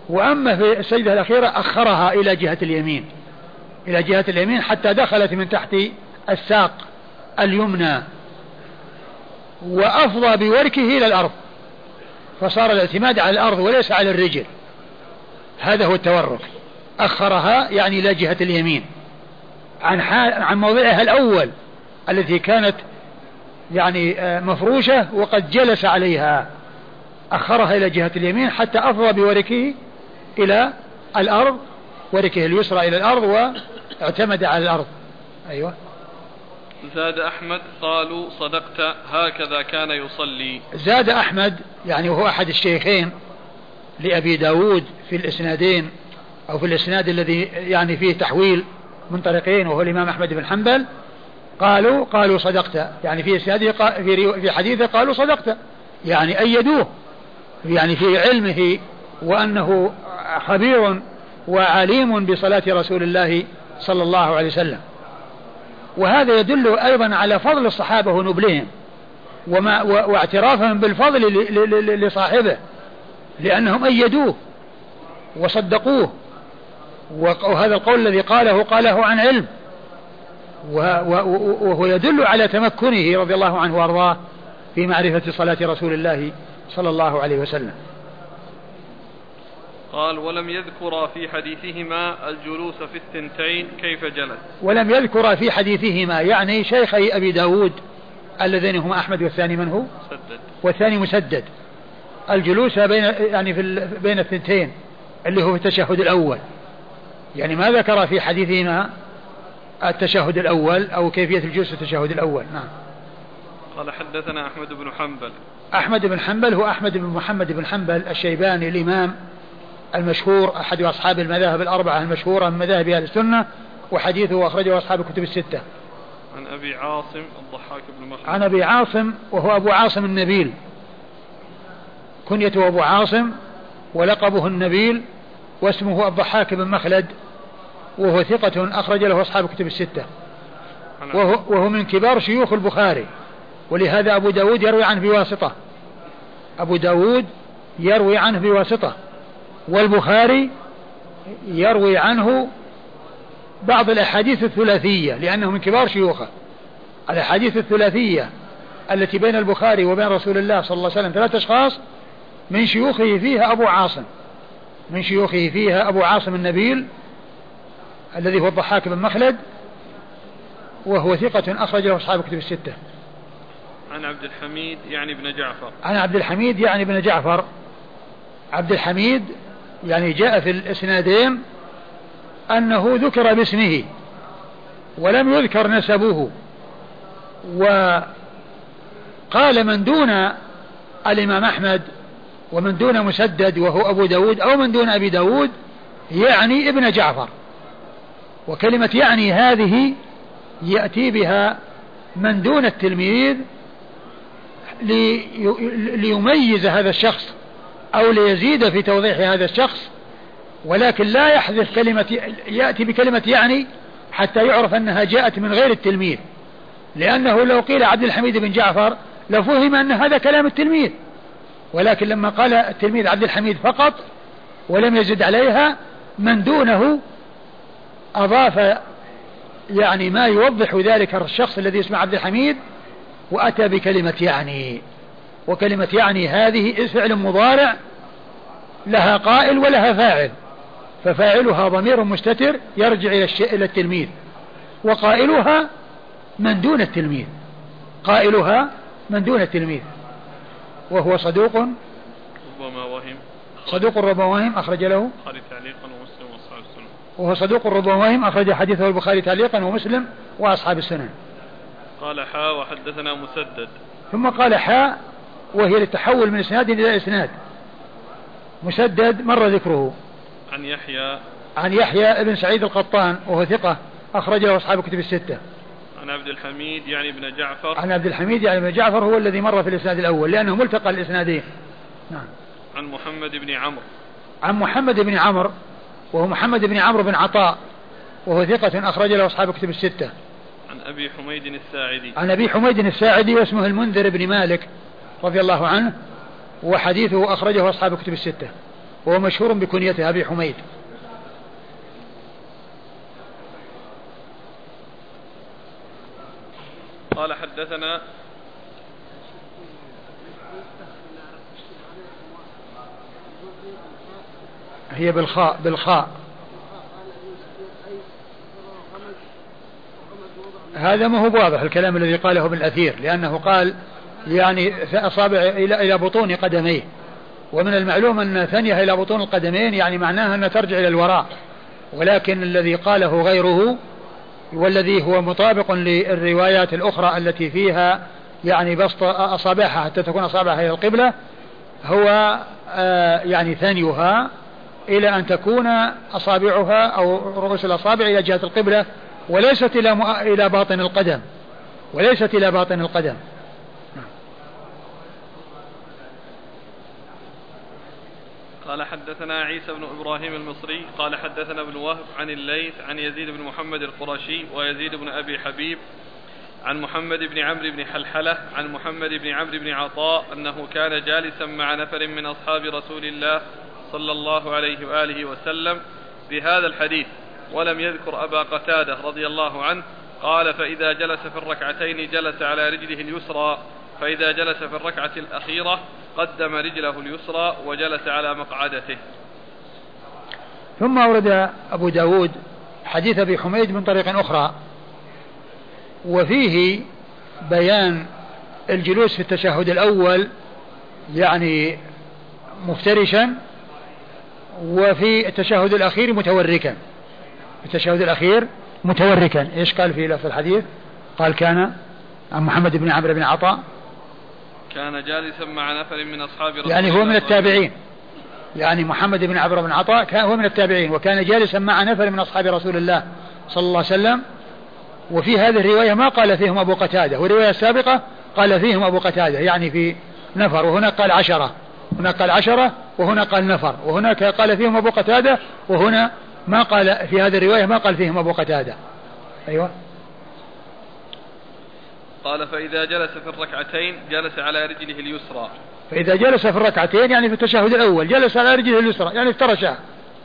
وأما في السجدة الأخيرة أخرها إلى جهة اليمين، إلى جهة اليمين حتى دخلت من تحت الساق اليمنى، وأفضى بوركه إلى الأرض، فصار الاعتماد على الأرض وليس على الرجل. هذا هو التورك. أخرها يعني إلى جهة اليمين عن موضعها الأول التي كانت يعني مفروشة وقد جلس عليها، أخرها إلى جهة اليمين حتى أفضى بوركه إلى الأرض، وركه اليسرى إلى الأرض واعتمد على الأرض. أيوة. زاد أحمد قالوا صدقت هكذا كان يصلي. زاد أحمد يعني وهو أحد الشيخين لأبي داود في الإسنادين أو في الإسناد الذي يعني فيه تحويل من طريقين وهو الإمام أحمد بن حنبل، قالوا صدقت، يعني في حديثه قالوا صدقت، يعني أيدوه يعني في علمه وأنه خبير وعليم بصلاة رسول الله صلى الله عليه وسلم. وهذا يدل أيضا على فضل الصحابة ونبلهم واعترافهم بالفضل لصاحبه، لأنهم أيدوه وصدقوه، وهذا القول الذي قاله عن علم، وهو يدل على تمكنه رضي الله عنه وارضاه في معرفة صلاة رسول الله صلى الله عليه وسلم. قال ولم يذكر في حديثهما الجلوس في الثنتين كيف جلس. ولم يذكر في حديثهما يعني شيخي أبي داود اللذين هما أحمد والثاني من هو؟ مسدد. والثاني مسدد. الجلوس بين الثنتين اللي هو في التشهد الأول، يعني ما ذكر في حديثهما التشهد الأول أو كيفية الجلوس في التشهد الأول. نعم. قال حدثنا أحمد بن حنبل. أحمد بن حنبل هو أحمد بن محمد بن حنبل الشيباني الإمام المشهور، أحد أصحاب المذاهب الأربعة المشهورة من مذاهب أهل السنة، وحديثه أخرجه أصحاب الكتب الستة. عن أبي عاصم الضحاك بن مخلد. عن أبي عاصم وهو أبو عاصم النبيل، كنيته أبو عاصم ولقبه النبيل، واسمه الضحاك بن مخلد، وهو ثقة أخرج له أصحاب الكتب الستة، وهو من كبار شيوخ البخاري، ولهذا أبو داود يروي عنه بواسطة. أبو داود يروي عنه بواسطة، والبخاري يروي عنه بعض الأحاديث الثلاثية لأنه من كبار شيوخه. الأحاديث الثلاثية التي بين البخاري وبين رسول الله صلى الله عليه وسلم 3 أشخاص من شيوخه فيها أبو عاصم، من شيوخه فيها أبو عاصم النبيل الذي هو الضحاك بن مخلد، وهو ثقة أخرج له أصحاب الكتب الستة. عن عبد الحميد يعني بن جعفر. عن عبد الحميد يعني بن جعفر. عبد الحميد يعني جاء في الإسنادين أنه ذكر باسمه ولم يذكر نسبه، وقال من دون الإمام أحمد ومن دون مسدد وهو أبو داود أو من دون أبي داود يعني ابن جعفر. وكلمة يعني هذه يأتي بها من دون التلميذ ليميز هذا الشخص أو ليزيد في توضيح هذا الشخص، ولكن لا يحذف يأتي بكلمة يعني حتى يعرف أنها جاءت من غير التلميذ، لأنه لو قيل عبد الحميد بن جعفر لفهم أن هذا كلام التلميذ، ولكن لما قال التلميذ عبد الحميد فقط ولم يزد عليها من دونه أضاف يعني ما يوضح ذلك الشخص الذي اسمه عبد الحميد وأتى بكلمة يعني. وكلمة يعني هذه فعل مضارع لها قائل ولها فاعل، ففاعلها ضمير مستتر يرجع إلى التلميذ، وقائلها من دون التلميذ، قائلها من دون التلميذ، وهو صدوق ربما وهم. صدوق ربما وهم أخرج له البخاري تعليقا ومسلم وأصحاب السنن. وهو صدوق ربما وهم أخرج حديثه البخاري تعليقا ومسلم وأصحاب السنن. قال حاء وحدثنا مسدد. ثم قال حاء وهي للتحول من إسناد إلى إسناد. مسدد مر ذكره. عن يحيى ابن سعيد القطان وهو ثقة أخرج له أصحاب الكتب الستة. عن عبد الحميد يعني بن جعفر. عن عبد الحميد يعني بن جعفر هو الذي مر في الإسناد الأول لأنه ملتقى الإسنادين. نعم. عن محمد بن عمرو. عن محمد بن عمرو وهو محمد بن عمرو بن عطاء وهو ثقة أخرج له أصحاب الكتب الستة. عن أبي حميد الساعدي. عن أبي حميد الساعدي واسمه المنذر بن مالك رضي الله عنه، وحديثه أخرجه أصحاب الكتب الستة. وهو مشهور بكنيته أبي حميد. قال حدثنا هي بالخاء. هذا ما هو واضح الكلام الذي قاله ابن الأثير، لأنه قال يعني أصابع إلى بطون قدميه، ومن المعلوم أن ثانية إلى بطون القدمين يعني معناها أن ترجع إلى الوراء، ولكن الذي قاله غيره والذي هو مطابق للروايات الأخرى التي فيها يعني بسط أصابعها حتى تكون أصابعها إلى القبلة هو يعني ثانيها إلى أن تكون أصابعها أو رؤوس الأصابع إلى جهة القبلة، وليست إلى باطن القدم، وليست إلى باطن القدم. قال حدثنا عيسى بن إبراهيم المصري قال حدثنا ابن وهب عن الليث عن يزيد بن محمد القرشي ويزيد بن أبي حبيب عن محمد بن عمرو بن حلحلة عن محمد بن عمرو بن عطاء أنه كان جالسا مع نفر من أصحاب رسول الله صلى الله عليه وآله وسلم بهذا الحديث ولم يذكر أبا قتادة رضي الله عنه. قال فإذا جلس في الركعتين جلس على رجله اليسرى، فإذا جلس في الركعة الأخيرة قدم رجله اليسرى وجلس على مقعدته. ثم أورد أبو داود حديث أبي حميد من طريق أخرى، وفيه بيان الجلوس في التشهد الأول يعني مفترشا، وفي التشهد الأخير متوركا. التشهد الأخير متوركا. إيش قال في لفظ الحديث؟ قال كان عن محمد بن عمرو بن عطاء كان جالسا مع نفر من أصحاب رسول الله، يعني هو من التابعين، يعني محمد بن عمرو بن عطاء هو من التابعين، وكان جالسا مع نفر من أصحاب رسول الله صلى الله عليه وسلم. وفي هذه الرواية ما قال فيهم أبو قتادة، والرواية السابقة قال فيهم أبو قتادة يعني في نفر، وهنا قال 10، هنا قال 10 وهنا قال نفر، وهناك قال فيهم أبو قتادة، وهنا ما قال في هذه الرواية ما قال فيهم أبو قتادة. أيوة. قال فإذا جلس في الركعتين جلس على رجله اليسرى. فإذا جلس في الركعتين يعني في التشهد الأول جلس على رجله اليسرى يعني افترشها،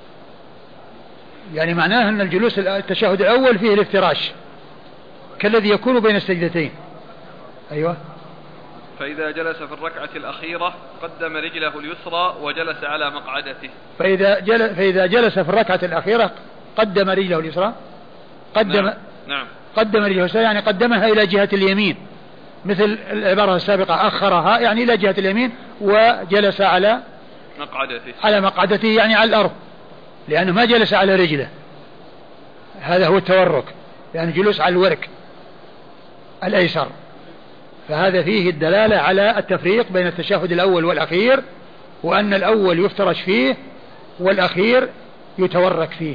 يعني معناه أن الجلوس التشهد الأول فيه الافتراش كالذي يكون بين السجدتين. أيوة. فإذا جلس في الركعة الأخيرة قدم رجله اليسرى وجلس على مقعدته. فإذا جلس في الركعة الأخيرة قدم رجله اليسرى. نعم. قدم رجله اليسرى يعني قدمها إلى جهة اليمين، مثل العبارة السابقة أخرها يعني إلى جهة اليمين، وجلس على مقعدته يعني على الأرض، لأنه ما جلس على رجله. هذا هو التورك، يعني جلوس على الورك الأيسر. فهذا فيه الدلالة على التفريق بين التشهد الأول والأخير، وأن الأول يفترش فيه والأخير يتورك فيه.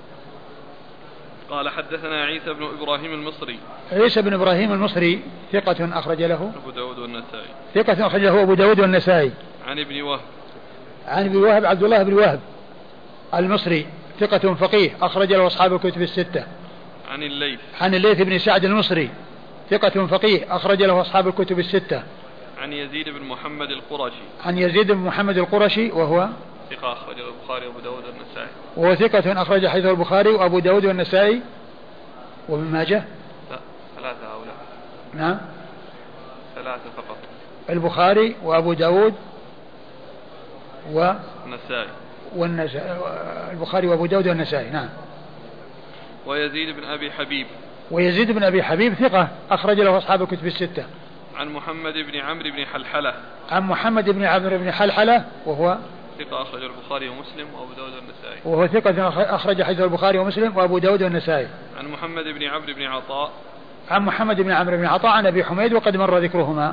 قال حدثنا عيسى بن إبراهيم المصري. عيسى بن إبراهيم المصري ثقة أخرج له أبو داود والنسائي. ثقة أخرج له أبو داود والنسائي. عن ابن وهب. عن ابن وهب عبد الله بن وهب المصري ثقة فقيه أخرج له أصحاب الكتب الستة. عن الليث. عن الليث بن سعد المصري ثقة فقيه أخرج له أصحاب الكتب الستة. عن يزيد بن محمد القرشي. عن يزيد بن محمد القرشي وهو ثقة أخرج البخاري وأبو داود والنسائي. وهو ثقة أخرج حديث البخاري وأبو داود والنسائي وابن ماجه. لا، 3 هؤلاء. نعم، 3 فقط. البخاري وأبو داود والنسائي. البخاري وأبو داود والنسائي. نعم. ويزيد بن أبي حبيب. ويزيد بن أبي حبيب ثقة أخرج له أصحاب الكتب الستة. عن محمد بن عمرو بن حلحلة. عن محمد بن عمرو بن حلحلة وهو ثقة أخرج البخاري ومسلم وأبو داود والنسائي. وهو ثقة أخرج حديث البخاري ومسلم وأبو داود والنسائي. عن محمد بن عمرو بن عطاء. عن محمد بن عمرو بن عطاء عن أبي حميد وقد مر ذكرهما.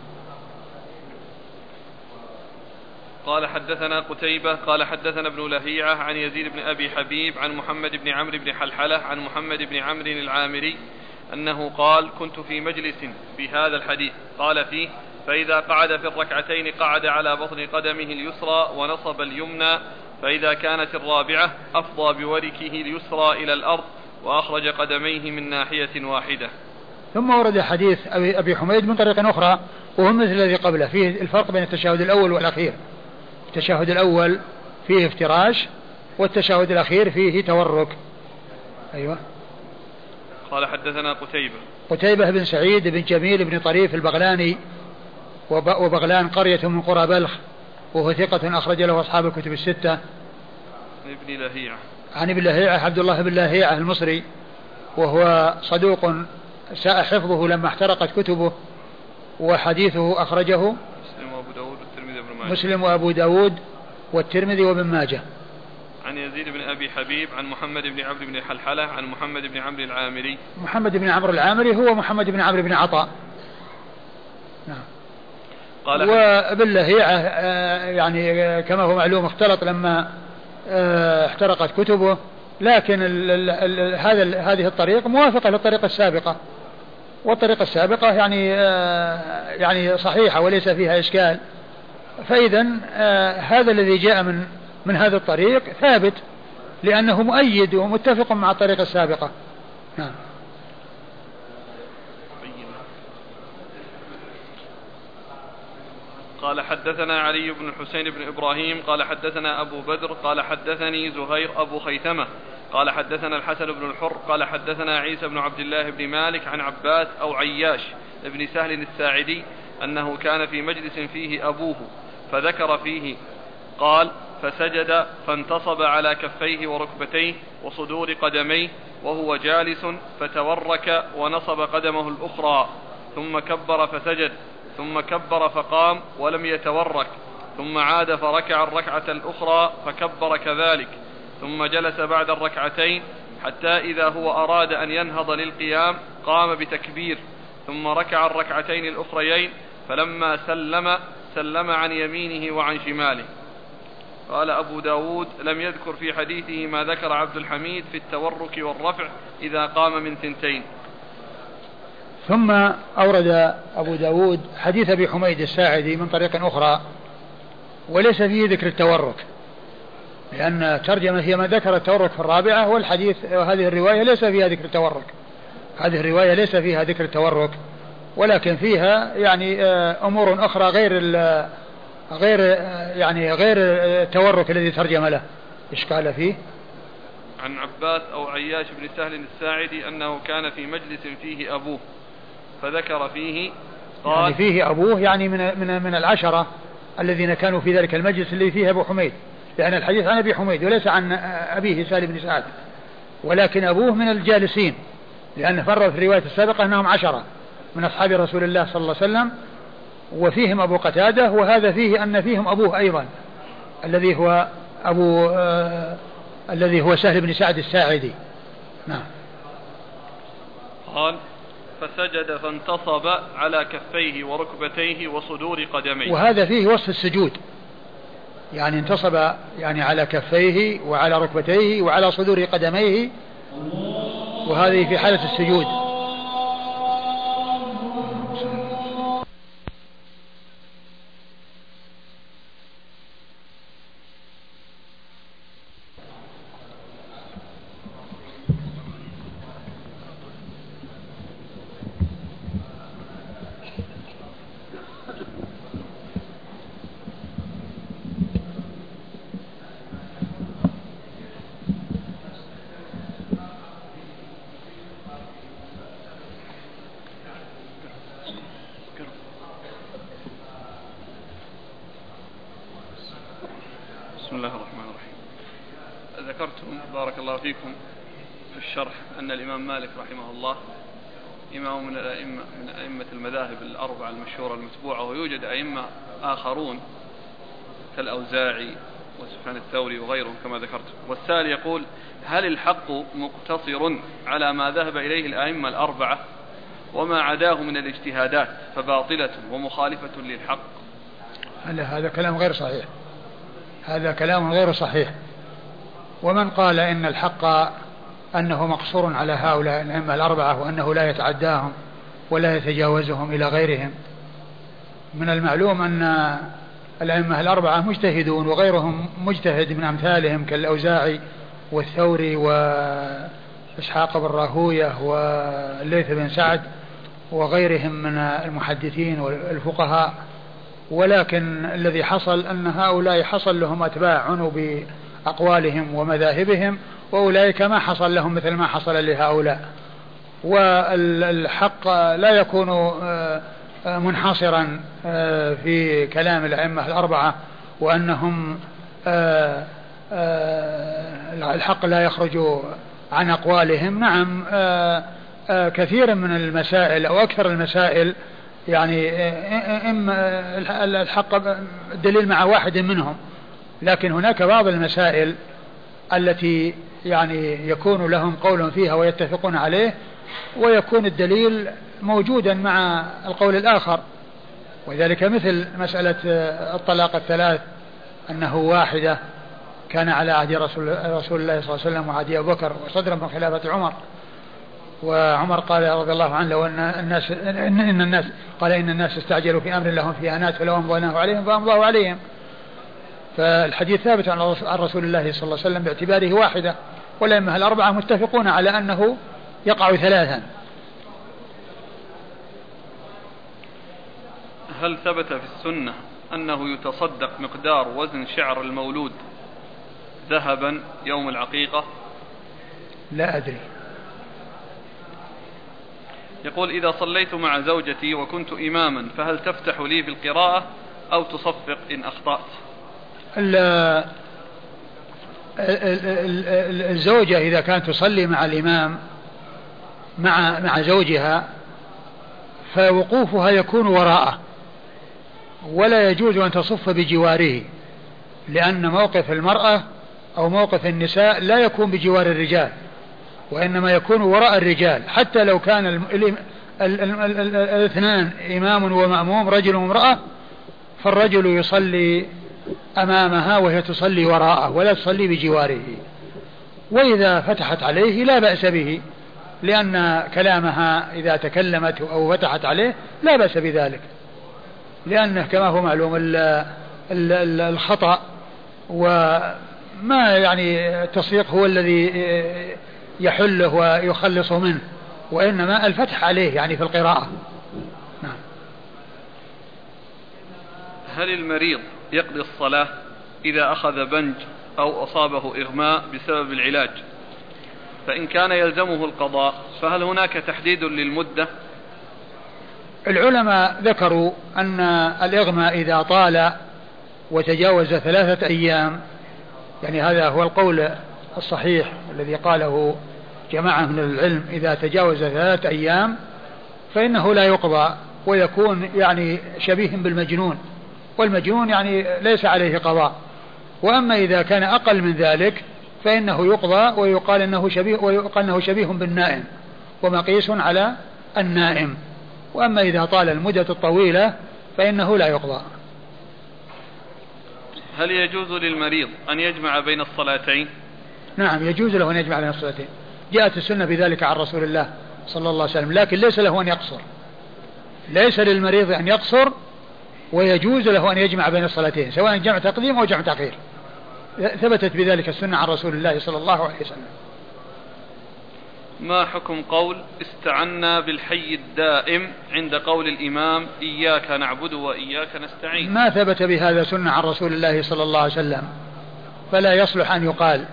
قال حدثنا قتيبة قال حدثنا ابن لهيعة عن يزيد بن أبي حبيب عن محمد بن عمرو بن حلحلة عن محمد بن عمرو العامري أنه قال كنت في مجلس في هذا الحديث قال فيه فإذا قعد في الركعتين قعد على بطن قدمه اليسرى ونصب اليمنى، فإذا كانت الرابعة أفضى بوركه اليسرى إلى الأرض وأخرج قدميه من ناحية واحدة. ثم ورد حديث أبي حميد من طريق أخرى وهو مثل الذي قبله، فيه الفرق بين التشهد الأول والأخير. التشهد الأول فيه افتراش، والتشهد الأخير فيه تورك. أيوة. قال حدثنا قتيبة بن سعيد بن جميل بن طريف البغلاني، وبغلان قرية من قرى بلخ، وهو ثقة أخرج له أصحاب الكتب الستة. عن ابن لهيعة عبد الله بن لهيعة المصري، وهو صدوق ساء حفظه لما احترقت كتبه، وحديثه أخرجه مسلم وأبو داود والترمذي وابن ماجه. عن يزيد بن أبي حبيب عن محمد بن عمرو بن حلحلة عن محمد بن عمرو العامري. محمد بن عمرو العامري هو محمد بن عمرو بن عطاء. نعم. وابن لهيعة يعني كما هو معلوم اختلط لما احترقت كتبه، لكن هذه الطريق موافقة للطريقة السابقة، والطريقة السابقة يعني صحيحة وليس فيها إشكال. فإذا هذا الذي جاء من هذا الطريق ثابت، لأنه مؤيد ومتفق مع الطريقة السابقة. نعم. قال حدثنا علي بن الحسين بن إبراهيم قال حدثنا أبو بدر قال حدثني زهير أبو خيثمة قال حدثنا الحسن بن الحر قال حدثنا عيسى بن عبد الله بن مالك عن عباس أو عياش بن سهل الساعدي أنه كان في مجلس فيه أبوه فذكر فيه قال فسجد فانتصب على كفيه وركبتيه وصدور قدميه وهو جالس فتورك ونصب قدمه الأخرى ثم كبر فسجد ثم كبر فقام ولم يتورك ثم عاد فركع الركعة الأخرى فكبر كذلك ثم جلس بعد الركعتين حتى إذا هو أراد أن ينهض للقيام قام بتكبير ثم ركع الركعتين الأخريين فلما سلم عن يمينه وعن شماله. قال أبو داود لم يذكر في حديثه ما ذكر عبد الحميد في التورك والرفع إذا قام من ثنتين. ثم أورد أبو داود حديث أبي حميد الساعدي من طريق أخرى وليس فيه ذكر التورك، لأن ترجمة هي ما ذكر التورك في الرابعة، والحديث هذه الرواية ليس فيها ذكر التورك. هذه الرواية ليس فيها ذكر التورك، ولكن فيها يعني أمور أخرى غير التورك الذي ترجم له. إيش قال فيه؟ عن عباس أو عياش بن سهل الساعدي أنه كان في مجلس فيه أبوه فذكر فيه قال يعني فيه أبوه يعني من العشرة الذين كانوا في ذلك المجلس اللي فيه أبو حميد، لأن الحديث عن أبي حميد وليس عن أبيه سالم بن سعد، ولكن أبوه من الجالسين، لأن فرد في الرواية السابقة أنهم 10 من أصحاب رسول الله صلى الله عليه وسلم، وفيهم أبو قتادة، وهذا فيه أن فيهم أبوه أيضا الذي هو سهل بن سعد الساعدي. نعم. قال فسجد فانتصب على كفيه وركبتيه وصدور قدميه، وهذا فيه وصف السجود، يعني انتصب يعني على كفيه وعلى ركبتيه وعلى صدور قدميه، وهذه في حالة السجود. بسم الله الرحمن الرحيم. ذكرتم بارك الله فيكم في الشرح أن الإمام مالك رحمه الله إمام من أئمة المذاهب الأربعة المشهورة المتبوعة، ويوجد أئمة آخرون كالأوزاعي وسفيان الثوري وغيرهم كما ذكرتم. والسائل يقول: هل الحق مقتصر على ما ذهب إليه الأئمة الأربعة وما عداه من الاجتهادات فباطلة ومخالفة للحق؟ هذا كلام غير صحيح، هذا كلام غير صحيح. ومن قال إن الحق أنه مقصور على هؤلاء الأئمة الأربعة وأنه لا يتعداهم ولا يتجاوزهم إلى غيرهم، من المعلوم أن الأئمة الأربعة مجتهدون وغيرهم مجتهد من أمثالهم كالأوزاعي والثوري وإسحاق بن راهوية والليث بن سعد وغيرهم من المحدثين والفقهاء، ولكن الذي حصل أن هؤلاء حصل لهم أتباع عنوا بأقوالهم ومذاهبهم، وأولئك ما حصل لهم مثل ما حصل لهؤلاء. والحق لا يكون منحصرا في كلام الأئمة الأربعة، وأنهم الحق لا يخرج عن أقوالهم. نعم، كثير من المسائل أو أكثر المسائل يعني الحق الدليل مع واحد منهم، لكن هناك بعض المسائل التي يعني يكون لهم قول فيها ويتفقون عليه، ويكون الدليل موجودا مع القول الآخر، وذلك مثل مسألة الطلاق الثلاث، أنه واحدة كان على عهد رسول الله صلى الله عليه وسلم وعهد أبي بكر وصدرا من خلافة عمر، وعمر قال رضي الله عنه لو إن الناس استعجلوا في أمر لهم فيه أنات فلو أمضيناه عليهم فأمضاه عليهم. فالحديث ثابت عن رسول الله صلى الله عليه وسلم باعتباره واحدة، والأئمة الأربعة متفقون على أنه يقع ثلاثا. هل ثبت في السنة أنه يتصدق مقدار وزن شعر المولود ذهبا يوم العقيقة؟ لا أدري. يقول: إذا صليت مع زوجتي وكنت إماما فهل تفتح لي في القراءة أو تصفق إن أخطأت؟ الزوجة إذا كانت تصلي مع الإمام مع زوجها فوقوفها يكون وراءه، ولا يجوز أن تصف بجواره، لأن موقف المرأة أو موقف النساء لا يكون بجوار الرجال، وإنما يكون وراء الرجال. حتى لو كان الاثنان إمام ومأموم رجل وامرأة، فالرجل يصلي أمامها وهي تصلي وراءه ولا تصلي بجواره. وإذا فتحت عليه لا بأس به، لأن كلامها إذا تكلمت أو فتحت عليه لا بأس بذلك، لأنه كما هو معلوم الخطأ وما يعني التصفيق هو الذي يحله ويخلص منه، وإنما الفتح عليه يعني في القراءة. نعم. هل المريض يقضي الصلاة إذا أخذ بنج أو أصابه إغماء بسبب العلاج؟ فإن كان يلزمه القضاء فهل هناك تحديد للمدة؟ العلماء ذكروا أن الإغماء إذا طال وتجاوز 3 أيام، يعني هذا هو القول الصحيح الذي قاله جماعة من العلم، إذا تجاوز 3 أيام فإنه لا يقضى، ويكون يعني شبيه بالمجنون، والمجنون يعني ليس عليه قضاء. وأما إذا كان أقل من ذلك فإنه يقضى، ويقال أنه شبيه بالنائم ومقيس على النائم. وأما إذا طال المدة الطويلة فإنه لا يقضى. هل يجوز للمريض أن يجمع بين الصلاتين؟ نعم، يجوز له أن يجمع بين الصلاتين، جاءت السنة بذلك عن رسول الله صلى الله عليه وسلم، لكن ليس له أن يقصر. ليس للمريض أن يقصر، ويجوز له أن يجمع بين الصلاتين سواء جمع تقديم أو جمع تأخير، ثبتت بذلك السنة عن رسول الله صلى الله عليه وسلم. ما حكم قول استعنا بالحي الدائم عند قول الإمام إياك نعبد وإياك نستعين؟ ما ثبت بهذا سنة عن رسول الله صلى الله عليه وسلم، فلا يصلح أن يقال.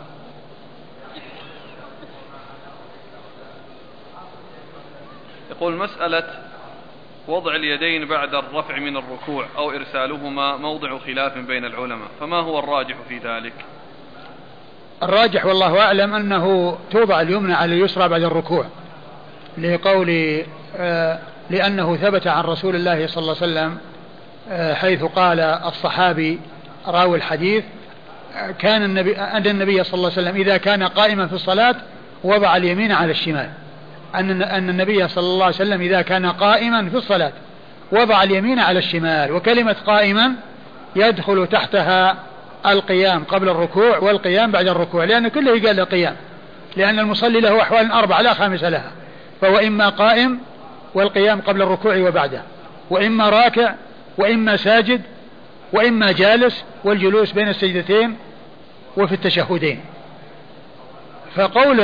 يقول: مسألة وضع اليدين بعد الرفع من الركوع أو إرسالهما موضع خلاف بين العلماء، فما هو الراجح في ذلك؟ الراجح والله أعلم أنه توضع اليمنى على اليسرى بعد الركوع، لأنه ثبت عن رسول الله صلى الله عليه وسلم حيث قال الصحابي راوي الحديث أن النبي صلى الله عليه وسلم إذا كان قائما في الصلاة وضع اليمين على الشمال، أن النبي صلى الله عليه وسلم إذا كان قائما في الصلاة وضع اليمين على الشمال. وكلمة قائما يدخل تحتها القيام قبل الركوع والقيام بعد الركوع، لأن كله يقال له قيام، لأن المصلي له أحوال 4 لا خامس لها، فهو إما قائم والقيام قبل الركوع وبعده، وإما راكع، وإما ساجد، وإما جالس، والجلوس بين السجدتين وفي التشهدين. فقوله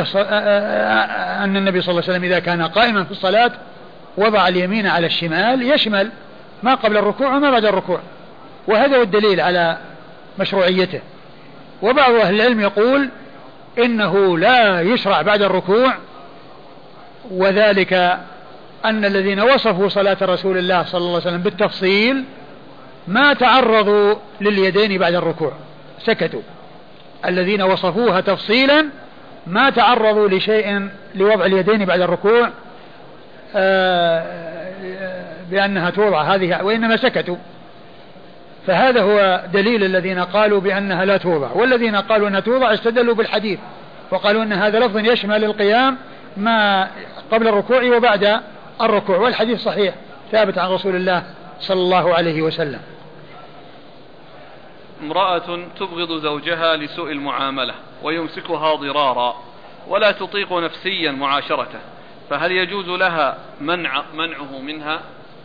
أن النبي صلى الله عليه وسلم إذا كان قائما في الصلاة وضع اليمين على الشمال يشمل ما قبل الركوع وما بعد الركوع، وهذا هو الدليل على مشروعيته. وبعض أهل العلم يقول إنه لا يشرع بعد الركوع، وذلك أن الذين وصفوا صلاة رسول الله صلى الله عليه وسلم بالتفصيل ما تعرضوا لليدين بعد الركوع، سكتوا. الذين وصفوها تفصيلا ما تعرضوا لشيء لوضع اليدين بعد الركوع بأنها توضع هذه، وإنما سكتوا. فهذا هو دليل الذين قالوا بأنها لا توضع، والذين قالوا أنها توضع استدلوا بالحديث وقالوا أن هذا لفظ يشمل القيام ما قبل الركوع وبعد الركوع، والحديث صحيح ثابت عن رسول الله صلى الله عليه وسلم. امرأة تبغض زوجها لسوء المعاملة ويمسكها ضرارا ولا تطيق نفسيا معاشرته، فهل يجوز لها منعه منها؟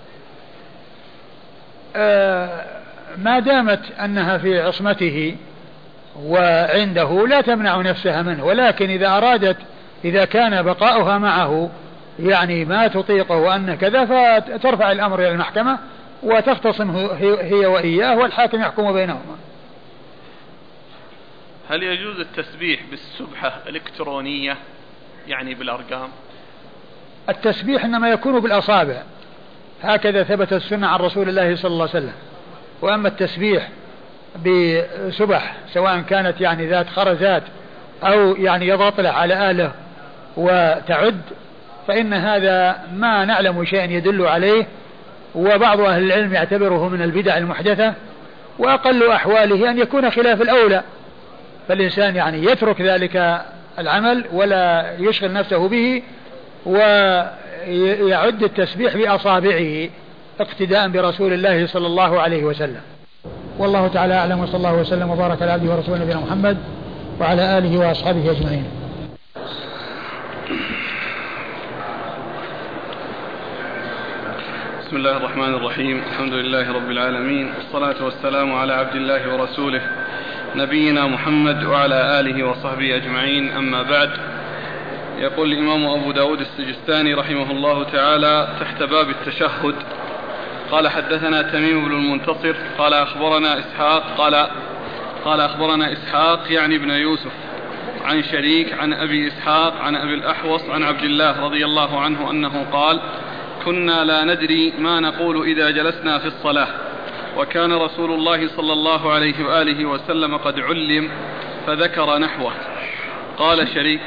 ما دامت أنها في عصمته وعنده لا تمنع نفسها منه، ولكن إذا أرادت، إذا كان بقاؤها معه يعني ما تطيقه وأن كذا، فترفع الأمر إلى المحكمة وتختصم هي وإياه والحاكم يحكم بينهما. هل يجوز التسبيح بالسبحة الإلكترونية يعني بالأرقام؟ التسبيح إنما يكون بالأصابع، هكذا ثبت السنة عن رسول الله صلى الله عليه وسلم. وأما التسبيح بسبح سواء كانت يعني ذات خرزات أو يعني يضطلع على آله وتعد، فإن هذا ما نعلم شيئا يدل عليه، وبعض أهل العلم يعتبره من البدع المحدثة، وأقل أحواله أن يكون خلاف الأولى، فالإنسان يعني يترك ذلك العمل ولا يشغل نفسه به ويعد التسبيح بأصابعه اقتداء برسول الله صلى الله عليه وسلم. والله تعالى أعلم، وصلى الله وسلم وبارك على عبده ورسوله نبينا محمد وعلى آله وأصحابه أجمعين. بسم الله الرحمن الرحيم، الحمد لله رب العالمين، والصلاة والسلام على عبد الله ورسوله نبينا محمد وعلى آله وصحبه أجمعين، أما بعد. يقول الإمام أبو داود السجستاني رحمه الله تعالى تحت باب التشهد: قال حدثنا تميم بن المنتصر قال أخبرنا إسحاق قال أخبرنا إسحاق يعني ابن يوسف عن شريك عن أبي إسحاق عن أبي الأحوص عن عبد الله رضي الله عنه أنه قال: كنا لا ندري ما نقول إذا جلسنا في الصلاة، وكان رسول الله صلى الله عليه وآله وسلم قد علم، فذكر نحوه. قال شريك: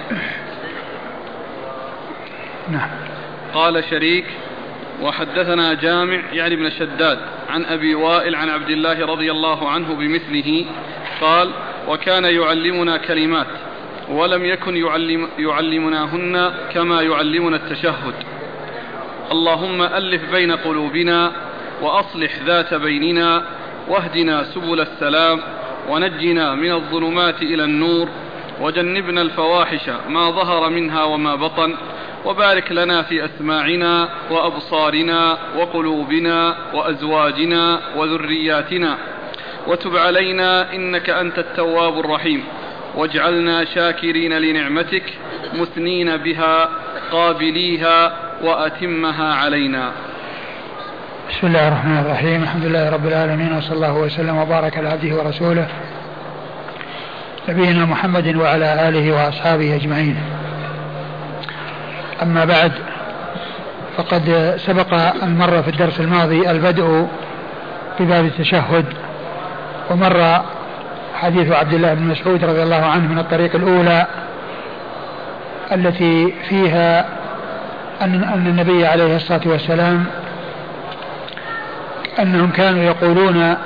قال شريك: وحدثنا جامع يعني ابن شداد عن أبي وائل عن عبد الله رضي الله عنه بمثله، قال: وكان يعلمنا كلمات ولم يكن يعلمناهن كما يعلمنا التشهد: اللهم ألف بين قلوبنا وأصلح ذات بيننا واهدنا سبل السلام ونجنا من الظلمات إلى النور وجنبنا الفواحش ما ظهر منها وما بطن، وبارك لنا في أسماعنا وأبصارنا وقلوبنا وأزواجنا وذرياتنا، وتب علينا إنك أنت التواب الرحيم، واجعلنا شاكرين لنعمتك مثنين بها قابليها وأتمها علينا. بسم الله الرحمن الرحيم، الحمد لله رب العالمين، وصلى الله وسلم وبارك على عبده ورسوله نبينا محمد وعلى آله وأصحابه أجمعين. أما بعد، فقد سبق أن مر في الدرس الماضي البدء بباب التشهد، ومر حديث عبد الله بن مسعود رضي الله عنه من الطريق الأولى التي فيها أن النبي عليه الصلاة والسلام أنهم كانوا يقولون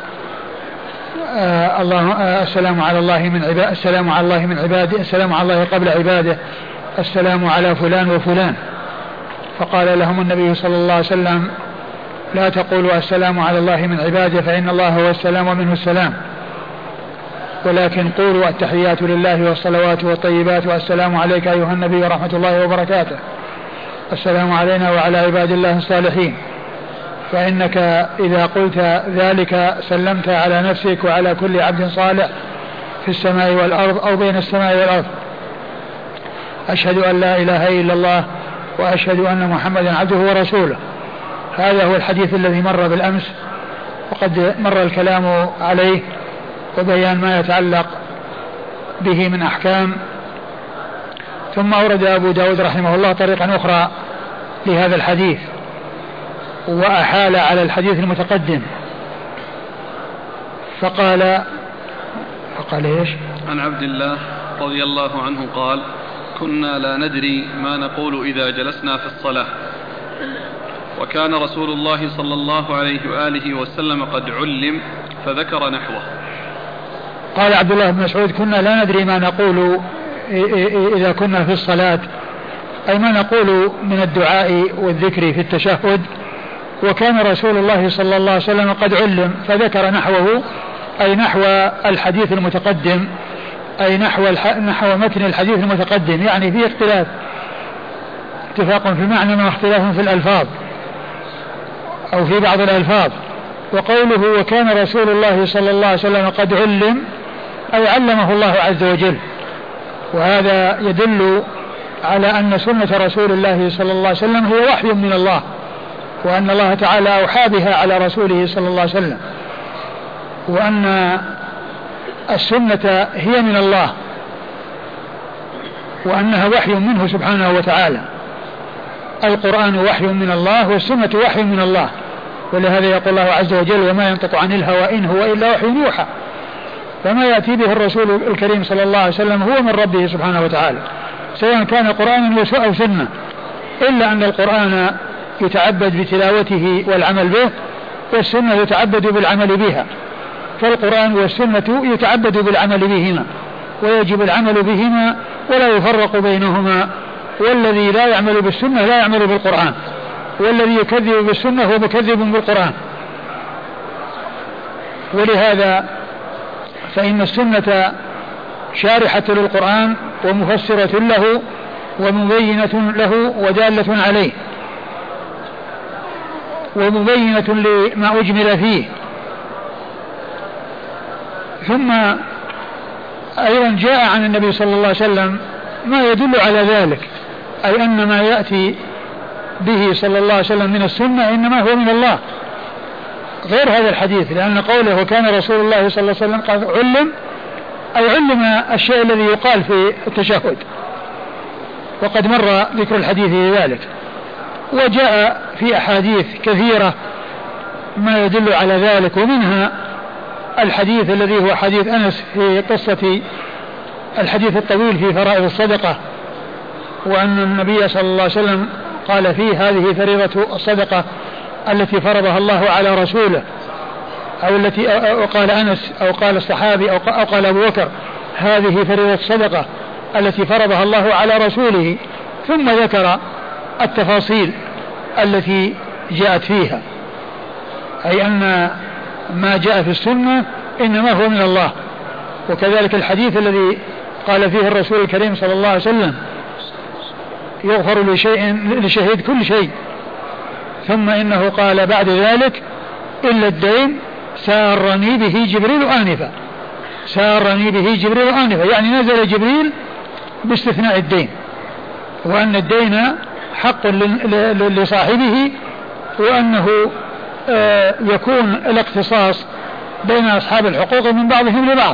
السلام على الله من عباده، السلام على الله من عباده، السلام على الله قبل عباده، السلام على فلان وفلان. فقال لهم النبي صلى الله عليه وسلم: لا تقولوا السلام على الله من عباده فإن الله هو السلام ومنه السلام، ولكن قولوا التحيات لله والصلوات والطيبات والسلام عليك أيها النبي ورحمة الله وبركاته، السلام علينا وعلى عباد الله الصالحين، فإنك إذا قلت ذلك سلمت على نفسك وعلى كل عبد صالح في السماء والأرض أو بين السماء والأرض. أشهد أن لا إله إلا الله وأشهد أن محمدا عبده ورسوله. هذا هو الحديث الذي مر بالأمس وقد مر الكلام عليه وبيان ما يتعلق به من أحكام. ثم أورد أبو داود رحمه الله طريقا أخرى لهذا الحديث وأحال على الحديث المتقدم فقال إيش؟ عن عبد الله رضي الله عنه قال: كنا لا ندري ما نقول إذا جلسنا في الصلاة، وكان رسول الله صلى الله عليه وآله وسلم قد علم فذكر نحوه. قال عبد الله بن مسعود: كنا لا ندري ما نقول إذا كنا في الصلاة، أي ما نقول من الدعاء والذكر في التشهد، وكان رسول الله صلى الله عليه وسلم قد علم فذكر نحوه، أي نحو الحديث المتقدم، أي نحو متن الحديث المتقدم، يعني فيه اختلاف، اتفاق في المعنى واختلاف في الألفاظ أو في بعض الألفاظ. وقوله وكان رسول الله صلى الله عليه وسلم قد علم، أي علمه الله عز وجل، وهذا يدل على أن سنة رسول الله صلى الله عليه وسلم هي وحي من الله، وأن الله تعالى أوحى بها على رسوله صلى الله عليه وسلم، وأن السنة هي من الله وأنها وحي منه سبحانه وتعالى. القرآن وحي من الله والسنة وحي من الله، ولهذا يقول الله عز وجل: وما ينطق عن الهوى إن هو إلا وحي يوحى. فما يأتي به الرسول الكريم صلى الله عليه وسلم هو من ربه سبحانه وتعالى، سواء كان قرآنا أو سنة، إلا أن القرآن يتعبد بتلاوته والعمل به، والسنة يتعبد بالعمل بها. فالقرآن والسنة يتعبد بالعمل بهما ويجب العمل بهما ولا يفرق بينهما، والذي لا يعمل بالسنة لا يعمل بالقرآن، والذي يكذب بالسنة هو مكذب بالقرآن. ولهذا فإن السنة شارحة للقرآن ومفسرة له ومبينة له ودالة عليه ومبينة لما أجمل فيه. ثم أيضا جاء عن النبي صلى الله عليه وسلم ما يدل على ذلك، أي أن ما يأتي به صلى الله عليه وسلم من السنة إنما هو من الله، غير هذا الحديث، لأن قوله وكان رسول الله صلى الله عليه وسلم قد علم، أي علم الشيء الذي يقال في التشهد، وقد مر ذكر الحديث في ذلك. وجاء في أحاديث كثيرة ما يدل على ذلك، ومنها الحديث الذي هو حديث أنس في قصة الحديث الطويل في فرائض الصدقة، وأن النبي صلى الله عليه وسلم قال فيه: هذه فريضة الصدقة التي فرضها الله على رسوله، أو التي قال أنس أو قال الصحابي أو قال أبو بكر: هذه فريضة الصدقة التي فرضها الله على رسوله، ثم ذكر التفاصيل التي جاءت فيها، أي أن ما جاء في السنة إنما هو من الله. وكذلك الحديث الذي قال فيه الرسول الكريم صلى الله عليه وسلم: يغفر لشهيد كل شيء، ثم إنه قال بعد ذلك: إلا الدين سارني به جبريل آنفا. سارني به جبريل آنفا، يعني نزل جبريل باستثناء الدين، وأن الدين حق لصاحبه، وأنه يكون الاقتصاص بين أصحاب الحقوق من بعضهم لبعض.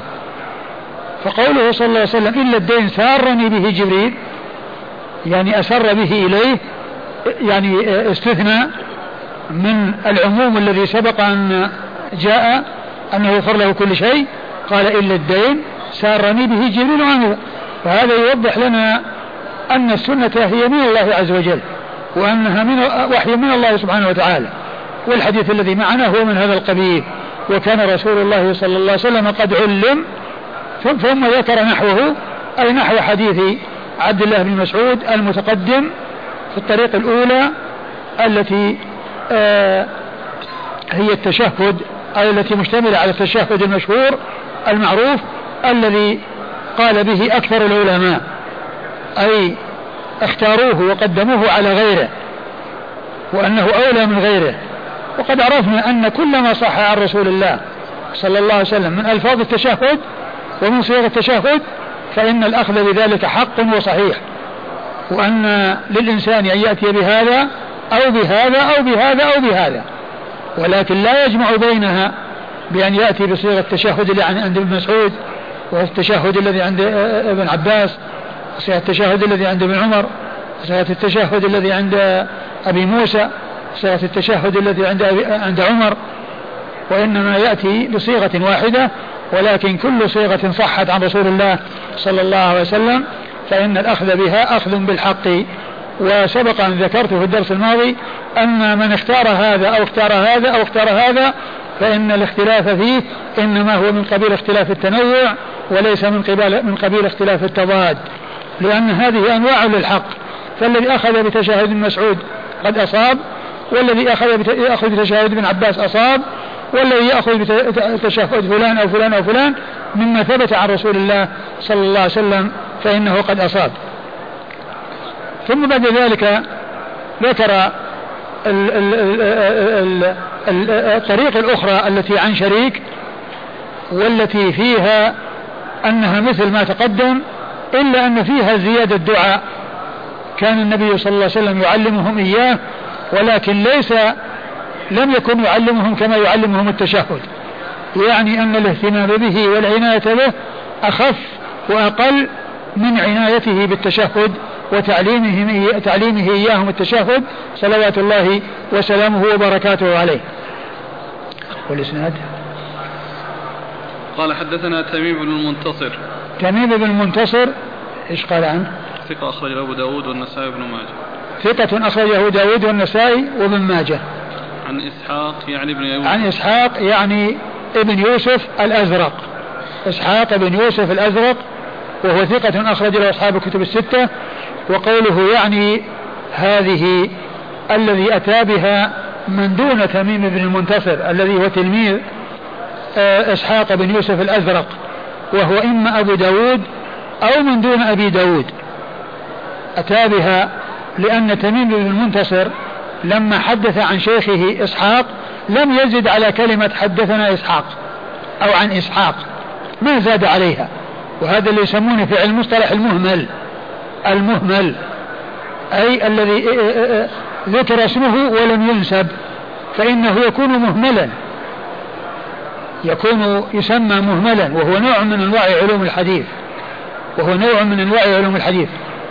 فقوله صلى الله عليه وسلم: إلا الدين سارني به جبريل، يعني أسر به إليه، يعني استثنى من العموم الذي سبق أن جاء أنه يغفر له كل شيء، قال: إلا الدين سارني به جبريل عنه. فهذا يوضح لنا أن السنة هي من الله عز وجل، وأنها من وحي من الله سبحانه وتعالى. والحديث الذي معنا هو من هذا القبيل: وكان رسول الله صلى الله عليه وسلم قد علم، ثم ذكر نحوه، أي نحو حديث عبد الله بن مسعود المتقدم في الطريق الأولى التي هي التشهد، أي التي مشتملة على التشهد المشهور المعروف الذي قال به أكثر العلماء، أي اختاروه وقدموه على غيره، وأنه أولى من غيره. وقد عرفنا أن كل ما صح عن رسول الله صلى الله عليه وسلم من ألفاظ التشهد ومن صيغ التشهد فإن الأخذ بذلك حق وصحيح، وأن للإنسان أن يأتي بهذا أو بهذا أو بهذا أو بهذا، ولكن لا يجمع بينها بأن يأتي بصيغة التشهد اللي عند ابن مسعود، والتشهد الذي عند ابن عباس، صيغة التشهد الذي عند ابن عمر، صيغة التشهد الذي عند أبي موسى، صيغة التشهد الذي عند عمر، وإنما يأتي بصيغة واحدة، ولكن كل صيغة صحت عن رسول الله صلى الله عليه وسلم فإن الأخذ بها أخذ بالحق. وسبق أن ذكرت في الدرس الماضي أن من اختار هذا أو اختار هذا أو اختار هذا فإن الاختلاف فيه إنما هو من قبيل اختلاف التنوع وليس من قبيل اختلاف التضاد، لأن هذه أنواع للحق. فالذي أخذ بتشهد ابن مسعود قد أصاب، والذي أخذ بتشهد ابن عباس أصاب، والذي يأخذ بتشهد فلان أو فلان أو فلان مما ثبت عن رسول الله صلى الله عليه وسلم فإنه قد أصاب. ثم بعد ذلك ذكر الطريق الأخرى التي عن شريك، والتي فيها أنها مثل ما تقدم، إلا أن فيها زيادة الدعاء كان النبي صلى الله عليه وسلم يعلمهم إياه، ولكن لم يكن يعلمهم كما يعلمهم التشهد، يعني أن الاهتمام به والعناية به أخف وأقل من عنايته بالتشهد وتعليمه إياهم التشهد صلوات الله وسلامه وبركاته عليه. والإسناد قال حدثنا تميم بن المنتصر. تميم بن المنتصر إيش قال عنه؟ ثقة أخرجه أبو داود والنسائي بن ماجه. ثقة أخرجه أبو داود والنسائي وابن ماجه. عن إسحاق يعني ابن يوسف. عن إسحاق يعني ابن يوسف الأزرق، إسحاق بن يوسف الأزرق، وهو ثقة أخرج له أصحاب الكتب الستة. وقوله يعني هذه الذي أتى بها من دون تميم بن المنتصر الذي هو تلميذ إسحاق بن يوسف الأزرق، وهو إما أبو داود أو من دون أبي داود. أتى بها لأن تميم بن المنتصر لما حدث عن شيخه إسحاق لم يزد على كلمة حدثنا إسحاق أو عن إسحاق، ما زاد عليها، وهذا اللي يسمونه في علم المصطلح المهمل، أي الذي ذكر اسمه ولم ينسب، فإنه يكون مهملا، يكون يسمى مهملا، وهو نوع من أنواع علوم الحديث.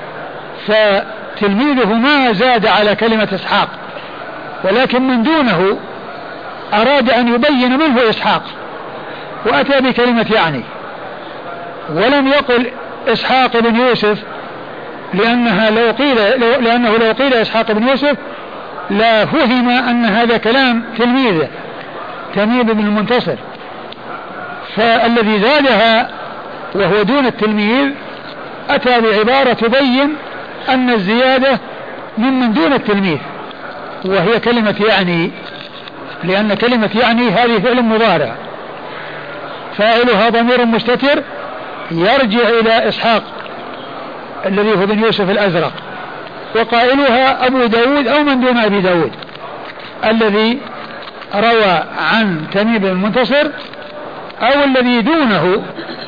فتلميذه ما زاد على كلمة إسحاق، ولكن من دونه أراد أن يبين من هو إسحاق وأتى بكلمة يعني، ولم يقل إسحاق بن يوسف، لأنه لو قيل إسحاق بن يوسف لا فهم أن هذا كلام تلميذه تميم بن المنتصر. فالذي زادها وهو دون التلميذ أتى بعبارة تبين أن الزيادة من دون التلميذ، وهي كلمة يعني، لأن كلمة يعني هذه فعل مضارع فاعلها ضمير مستتر يرجع إلى إسحاق الذي هو بن يوسف الأزرق، وقائلها أبو داود أو من دون أبي داود الذي روى عن تميم بن المنتصر، أو الذي دونه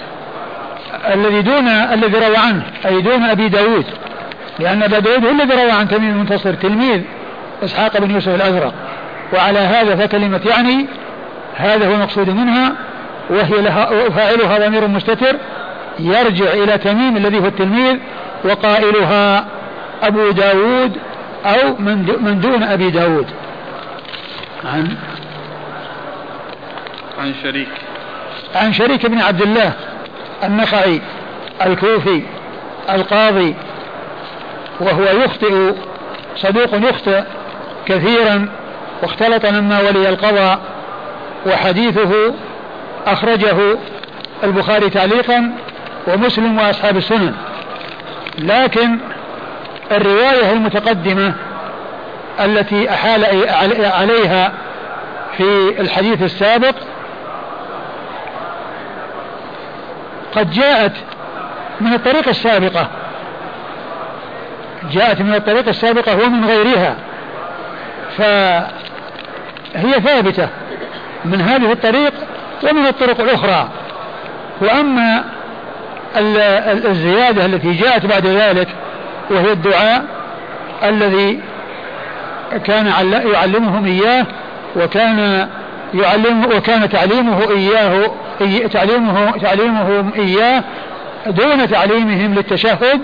الذي روى عنه أي دون أبي داود، لأن أبا داود هو الذي روى عن تميم بن المنتصر تلميذ إسحاق بن يوسف الأزرق. وعلى هذا فكلمة يعني هذا هو المقصود منها، وهي فاعلها ضمير مستتر يرجع إلى تميم الذي هو التلميذ، وقائلها أبو داود أو من دون أبي داود. عن شريك بن عبد الله النخعي الكوفي القاضي، وهو يخطئ، صدوق يخطئ كثيرا، واختلط مما ولي القضاء، وحديثه أخرجه البخاري تعليقا ومسلم وأصحاب السنن، لكن الرواية المتقدمة التي أحال عليها في الحديث السابق قد جاءت من الطريقة السابقة ومن غيرها، فهي ثابتة من هذه الطريق ومن الطرق الأخرى. وأما الزيادة التي جاءت بعد ذلك وهي الدعاء الذي كان يعلمهم إياه، وكان تعليمهم إياه دون تعليمهم للتشهد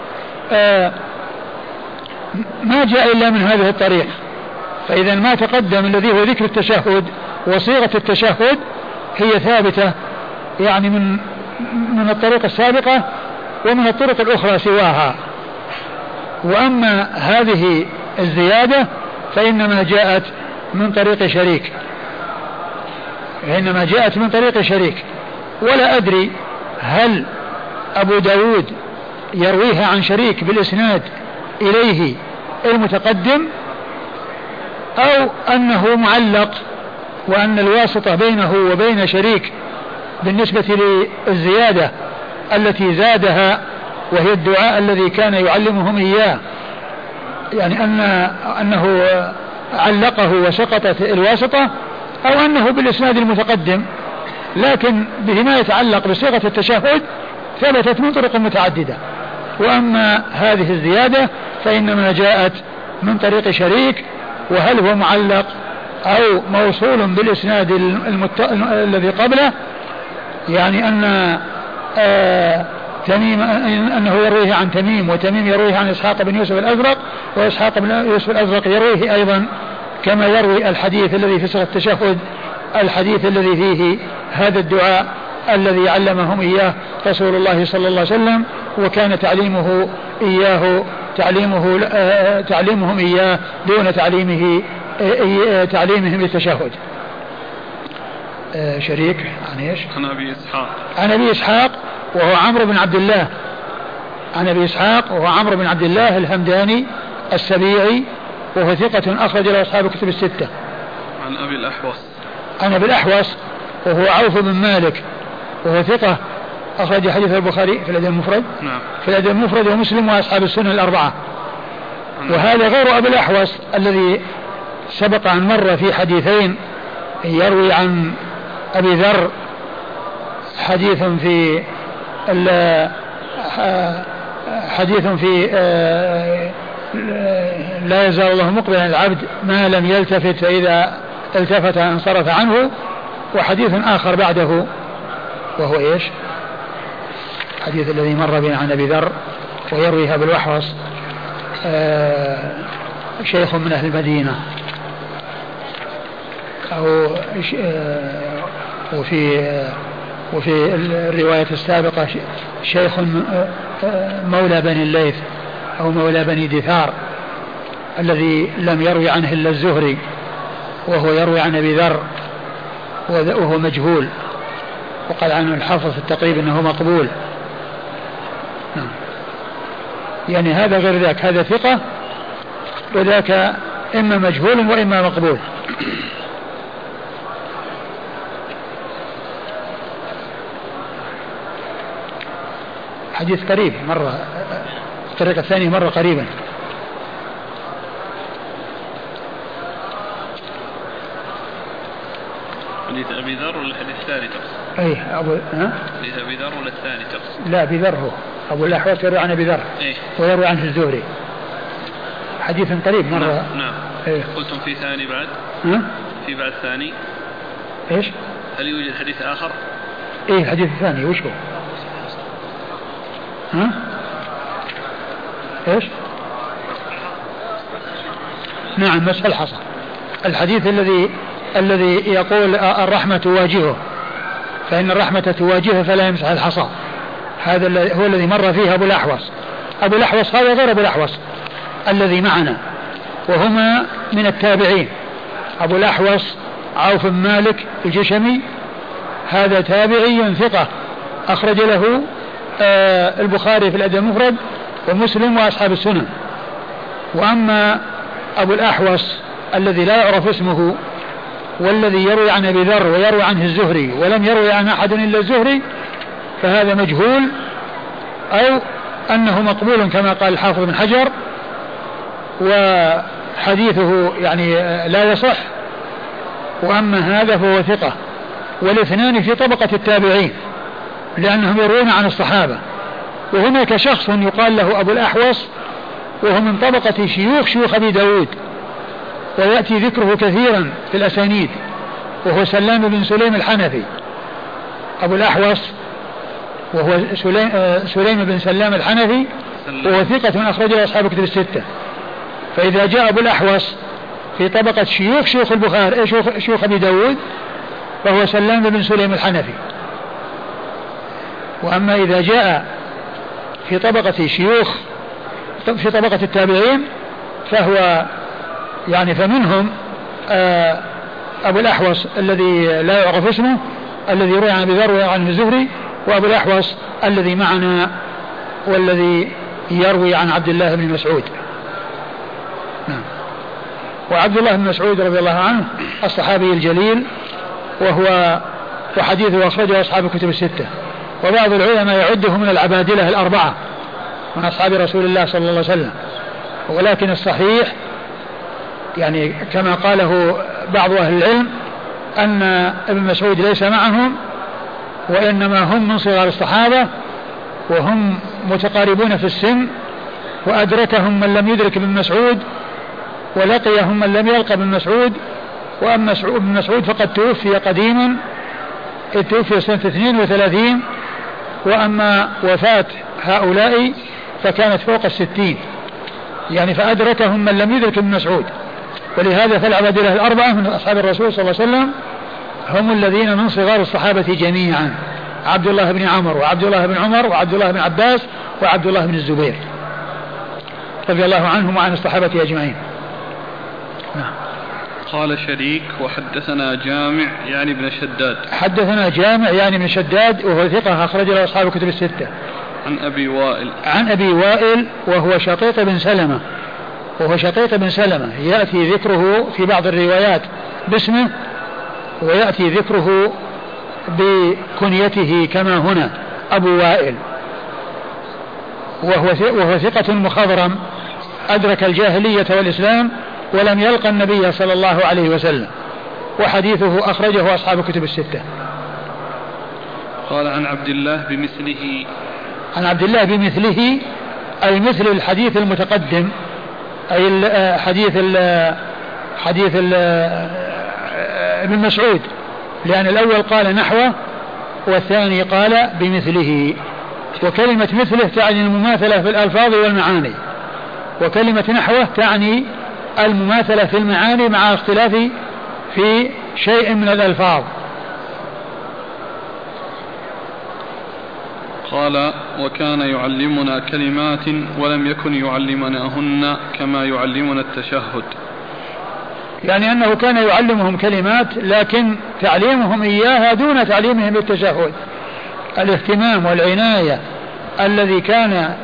ما جاء إلا من هذه الطريق. فإذا ما تقدم الذي هو ذكر التشهد وصيغة التشهد هي ثابتة يعني من الطريقة السابقة ومن الطرق الأخرى سواها. وأما هذه الزيادة فإنما جاءت من طريق شريك، ولا أدري هل أبو داود يرويها عن شريك بالإسناد إليه المتقدم أو أنه معلق وأن الواسطة بينه وبين شريك بالنسبة للزيادة التي زادها وهي الدعاء الذي كان يعلمهم إياه، يعني أنه علقه وسقطت الواسطة، أو أنه بالإسناد المتقدم، لكن بما يتعلق بصيغة التشهد ثبتت من طرق متعددة. وأما هذه الزيادة فإنما جاءت من طريق شريك، وهل هو معلق أو موصول بالإسناد الذي قبله، يعني أن تميم أنه يرويه عن تميم، وتميم يرويه عن إسحاق بن يوسف الأزرق، وإسحاق بن يوسف الأزرق يرويه أيضا كما يروي الحديث الذي في صيغة التشهد، الحديث الذي فيه هذا الدعاء الذي علمهم إياه رسول الله صلى الله عليه وسلم، وكان تعليمهم إياه دون تعليمهم للتشهد. شريك عن ايش؟ عن أبي إسحاق وهو عمرو بن عبد الله، عن أبي إسحاق وهو عمرو بن عبد الله الهمداني السبيعي، وهو ثقة أخرج له أصحاب الكتب الستة. عن أبي الأحوص وهو عوف بن مالك، وهو ثقة أخرج حديث البخاري في الأدب المفرد. نعم. في الأدب المفرد ومسلم وأصحاب السنن الأربعة. وهذا غير أبي الأحوص الذي سبق أن مر في حديثين، يروي عن أبي ذر حديث في لا يزال الله مقبلا العبد ما لم يلتفت، فإذا التفت انصرف عنه. وحديث آخر بعده وهو إيش؟ حديث الذي مر بنا عن أبي ذر ويرويها بالوحوص شيخ من أهل المدينة، أو وفي الرواية السابقة شيخ مولى بني الليث أو مولى بني دثار، الذي لم يروي عنه إلا الزهري، وهو يروي عن أبي ذر وهو مجهول، وقال عنه الحافظ في التقريب أنه مقبول. نعم. يعني هذا غير ذاك، هذا ثقة وذاك إما مجهول وإما مقبول. حديث قريب مرة، الطريقة الثانية مرة قريبا. حديث أبي ذر ولا الحديث الثاني تقصد؟ أي حديث أبي ذر ولا الثاني تقصد؟ لا، أبي ذر هو أبو الأحوص يروي عن أبي ذر ويروي عنه الزهري، حديث قريب مرة. نعم. قلتم في ثاني بعد؟ في بعد ثاني؟ إيش؟ هل يوجد حديث آخر؟ إيه الحديث الثاني وش هو؟ إيش؟ نعم، مسح الحصى، الحديث الذي يقول الرحمة تواجهه، فإن الرحمة تواجهه فلا يمسح الحصى، هذا هو الذي مر فيه أبو الأحوص. أبو الأحوص هذا غير أبو الأحوص الذي معنا، وهما من التابعين. أبو الأحوص عوف بن مالك الجشمي، هذا تابعي ثقة أخرج له البخاري في الأدب المفرد ومسلم وأصحاب السنن. وأما أبو الأحوص الذي لا يعرف اسمه، والذي يروي عن أبي ذر ويروي عنه الزهري ولم يروي عن أحد إلا الزهري، فهذا مجهول أو أنه مقبول كما قال الحافظ بن حجر، وحديثه يعني لا يصح. وأما هذا فهو ثقة، والاثنان في طبقة التابعين لأنهم يروون عن الصحابة. وهناك شخص يقال له أبو الأحوص، وهو من طبقة شيوخ أبي داود، ويأتي ذكره كثيرا في الأسانيد، وهو سلام بن سليم الحنفي أبو الأحوص، وهو سليم بن سلام الحنفي، وهو ثقة أخرجه أصحاب كتب الستة. فإذا جاء أبو الأحوص في طبقة شيوخ البخاري شيوخ أبي داود فهو سلام بن سليم الحنفي. وأما إذا جاء في طبقة في طبقة التابعين فهو يعني فمنهم أبو الأحوص الذي لا يعرف اسمه الذي روي عن أبي ذر وروي عن الزهري، وأبو الأحوص الذي معنا والذي يروي عن عبد الله بن مسعود. نعم. وعبد الله بن مسعود رضي الله عنه الصحابي الجليل، وحديثه أخرجه أصحاب الكتب الستة، وبعض العلماء يعده من العبادلة الأربعة من أصحاب رسول الله صلى الله عليه وسلم. ولكن الصحيح يعني كما قاله بعض أهل العلم أن ابن مسعود ليس معهم، وإنما هم من صغار الصحابة، وهم متقاربون في السن، وأدركهم من لم يدرك ابن مسعود، ولقيهم من لم يلقى ابن مسعود. وأما ابن مسعود فقد توفي قديما، توفي سنة 32، وأما وفاة هؤلاء فكانت فوق 60، يعني فأدركهم من لم يدرك ابن مسعود. ولهذا فالعبادلة الأربعة من أصحاب الرسول صلى الله عليه وسلم هم الذين من صغار الصحابة جميعا: عبد الله بن عمرو، وعبد الله بن عمر، وعبد الله بن عباس، وعبد الله بن الزبير رضي الله عنهم وعن الصحابة أجمعين. نعم. قال شريك: وحدثنا جامع يعني بن شداد. حدثنا جامع يعني بن شداد، وهو ثقة أخرج له أصحاب الكتب الستة. عن أبي وائل. عن أبي وائل وهو شقيق بن سلمة، يأتي ذكره في بعض الروايات باسمه، ويأتي ذكره بكنيته كما هنا أبو وائل، وهو ثقة مخضرم أدرك الجاهلية والإسلام ولم يلقى النبي صلى الله عليه وسلم، وحديثه أخرجه أصحاب الكتب الستة. قال عن عبد الله بمثله. عن عبد الله بمثله أي مثل الحديث المتقدم، أي حديث ابن مسعود، لأن الأول قال نحوه والثاني قال بمثله. وكلمة مثله تعني المماثلة في الألفاظ والمعاني، وكلمة نحوه تعني المماثلة في المعاني مع اختلاف في شيء من الألفاظ. قال: وكان يعلمنا كلمات ولم يكن يعلمناهن كما يعلمنا التشهد. يعني أنه كان يعلمهم كلمات لكن تعليمهم إياها دون تعليمهم بالتشهد. الاهتمام والعناية الذي كان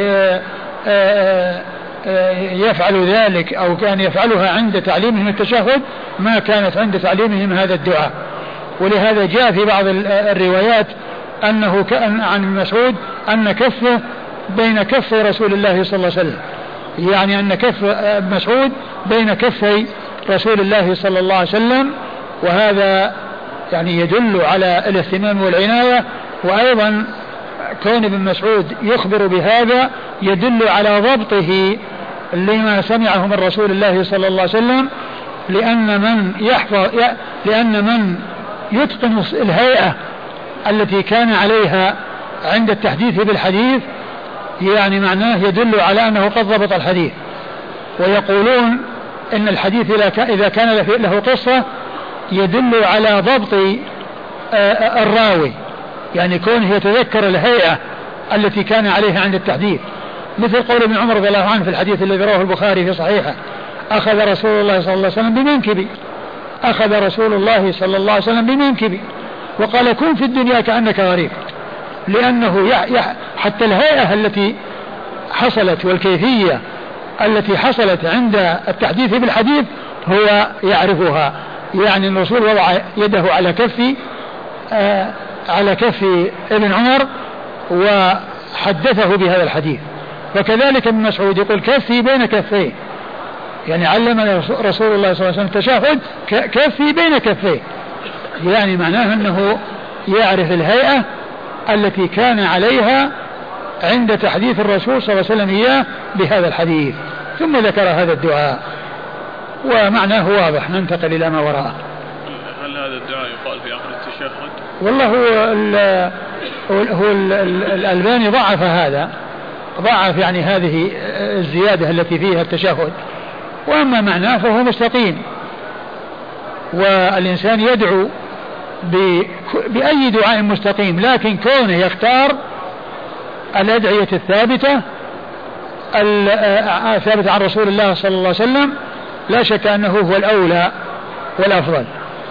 يفعل ذلك أو كان يفعلها عند تعليمهم التشهد ما كانت عند تعليمهم هذا الدعاء. ولهذا جاء في بعض الروايات أنه كان عن مسعود أن كفه بين كف رسول الله صلى الله عليه وسلم، يعني أن كف مسعود بين كفي رسول الله صلى الله عليه وسلم، وهذا يعني يدل على الاهتمام والعناية. وأيضا كون ابن مسعود يخبر بهذا يدل على ضبطه لما سمعه من رسول الله صلى الله عليه وسلم، لأن من يتقن الهيئة التي كان عليها عند التحديث بالحديث يعني معناه يدل على أنه قد ضبط الحديث. ويقولون إن الحديث إذا كان له قصة يدل على ضبط الراوي، يعني كونه يتذكر الهيئة التي كان عليها عند التحديث، مثل قول ابن عمر رضي الله عنه في الحديث الذي رواه البخاري في صحيحه: أخذ رسول الله صلى الله عليه وسلم بمنكبي، أخذ رسول الله صلى الله عليه وسلم بمنكبي وقال: كن في الدنيا كأنك غريب. لأنه حتى الهيئة التي حصلت والكيفية التي حصلت عند التحديث بالحديث هو يعرفها. يعني الرسول وضع يده على كف ابن عمر وحدثه بهذا الحديث. وكذلك ابن مسعود يقول: كفي بين كفيه، يعني علم رسول الله صلى الله عليه وسلم التشهد كفي بين كفيه، يعني معناه أنه يعرف الهيئة التي كان عليها عند تحديث الرسول صلى الله عليه وسلم إياه بهذا الحديث. ثم ذكر هذا الدعاء. ومعناه واضح. ننتقل إلى ما وراءه. هل هذا الدعاء يقال في آخر التشهد؟ والله هو الألباني ضعف هذا، ضعف يعني هذه الزيادة التي فيها التشهد، وأما معناه فهو مستقيم. والإنسان يدعو بأي دعاء مستقيم، لكن كونه يختار الأدعية الثابتة الثابتة عن رسول الله صلى الله عليه وسلم لا شك أنه هو الأولى والأفضل.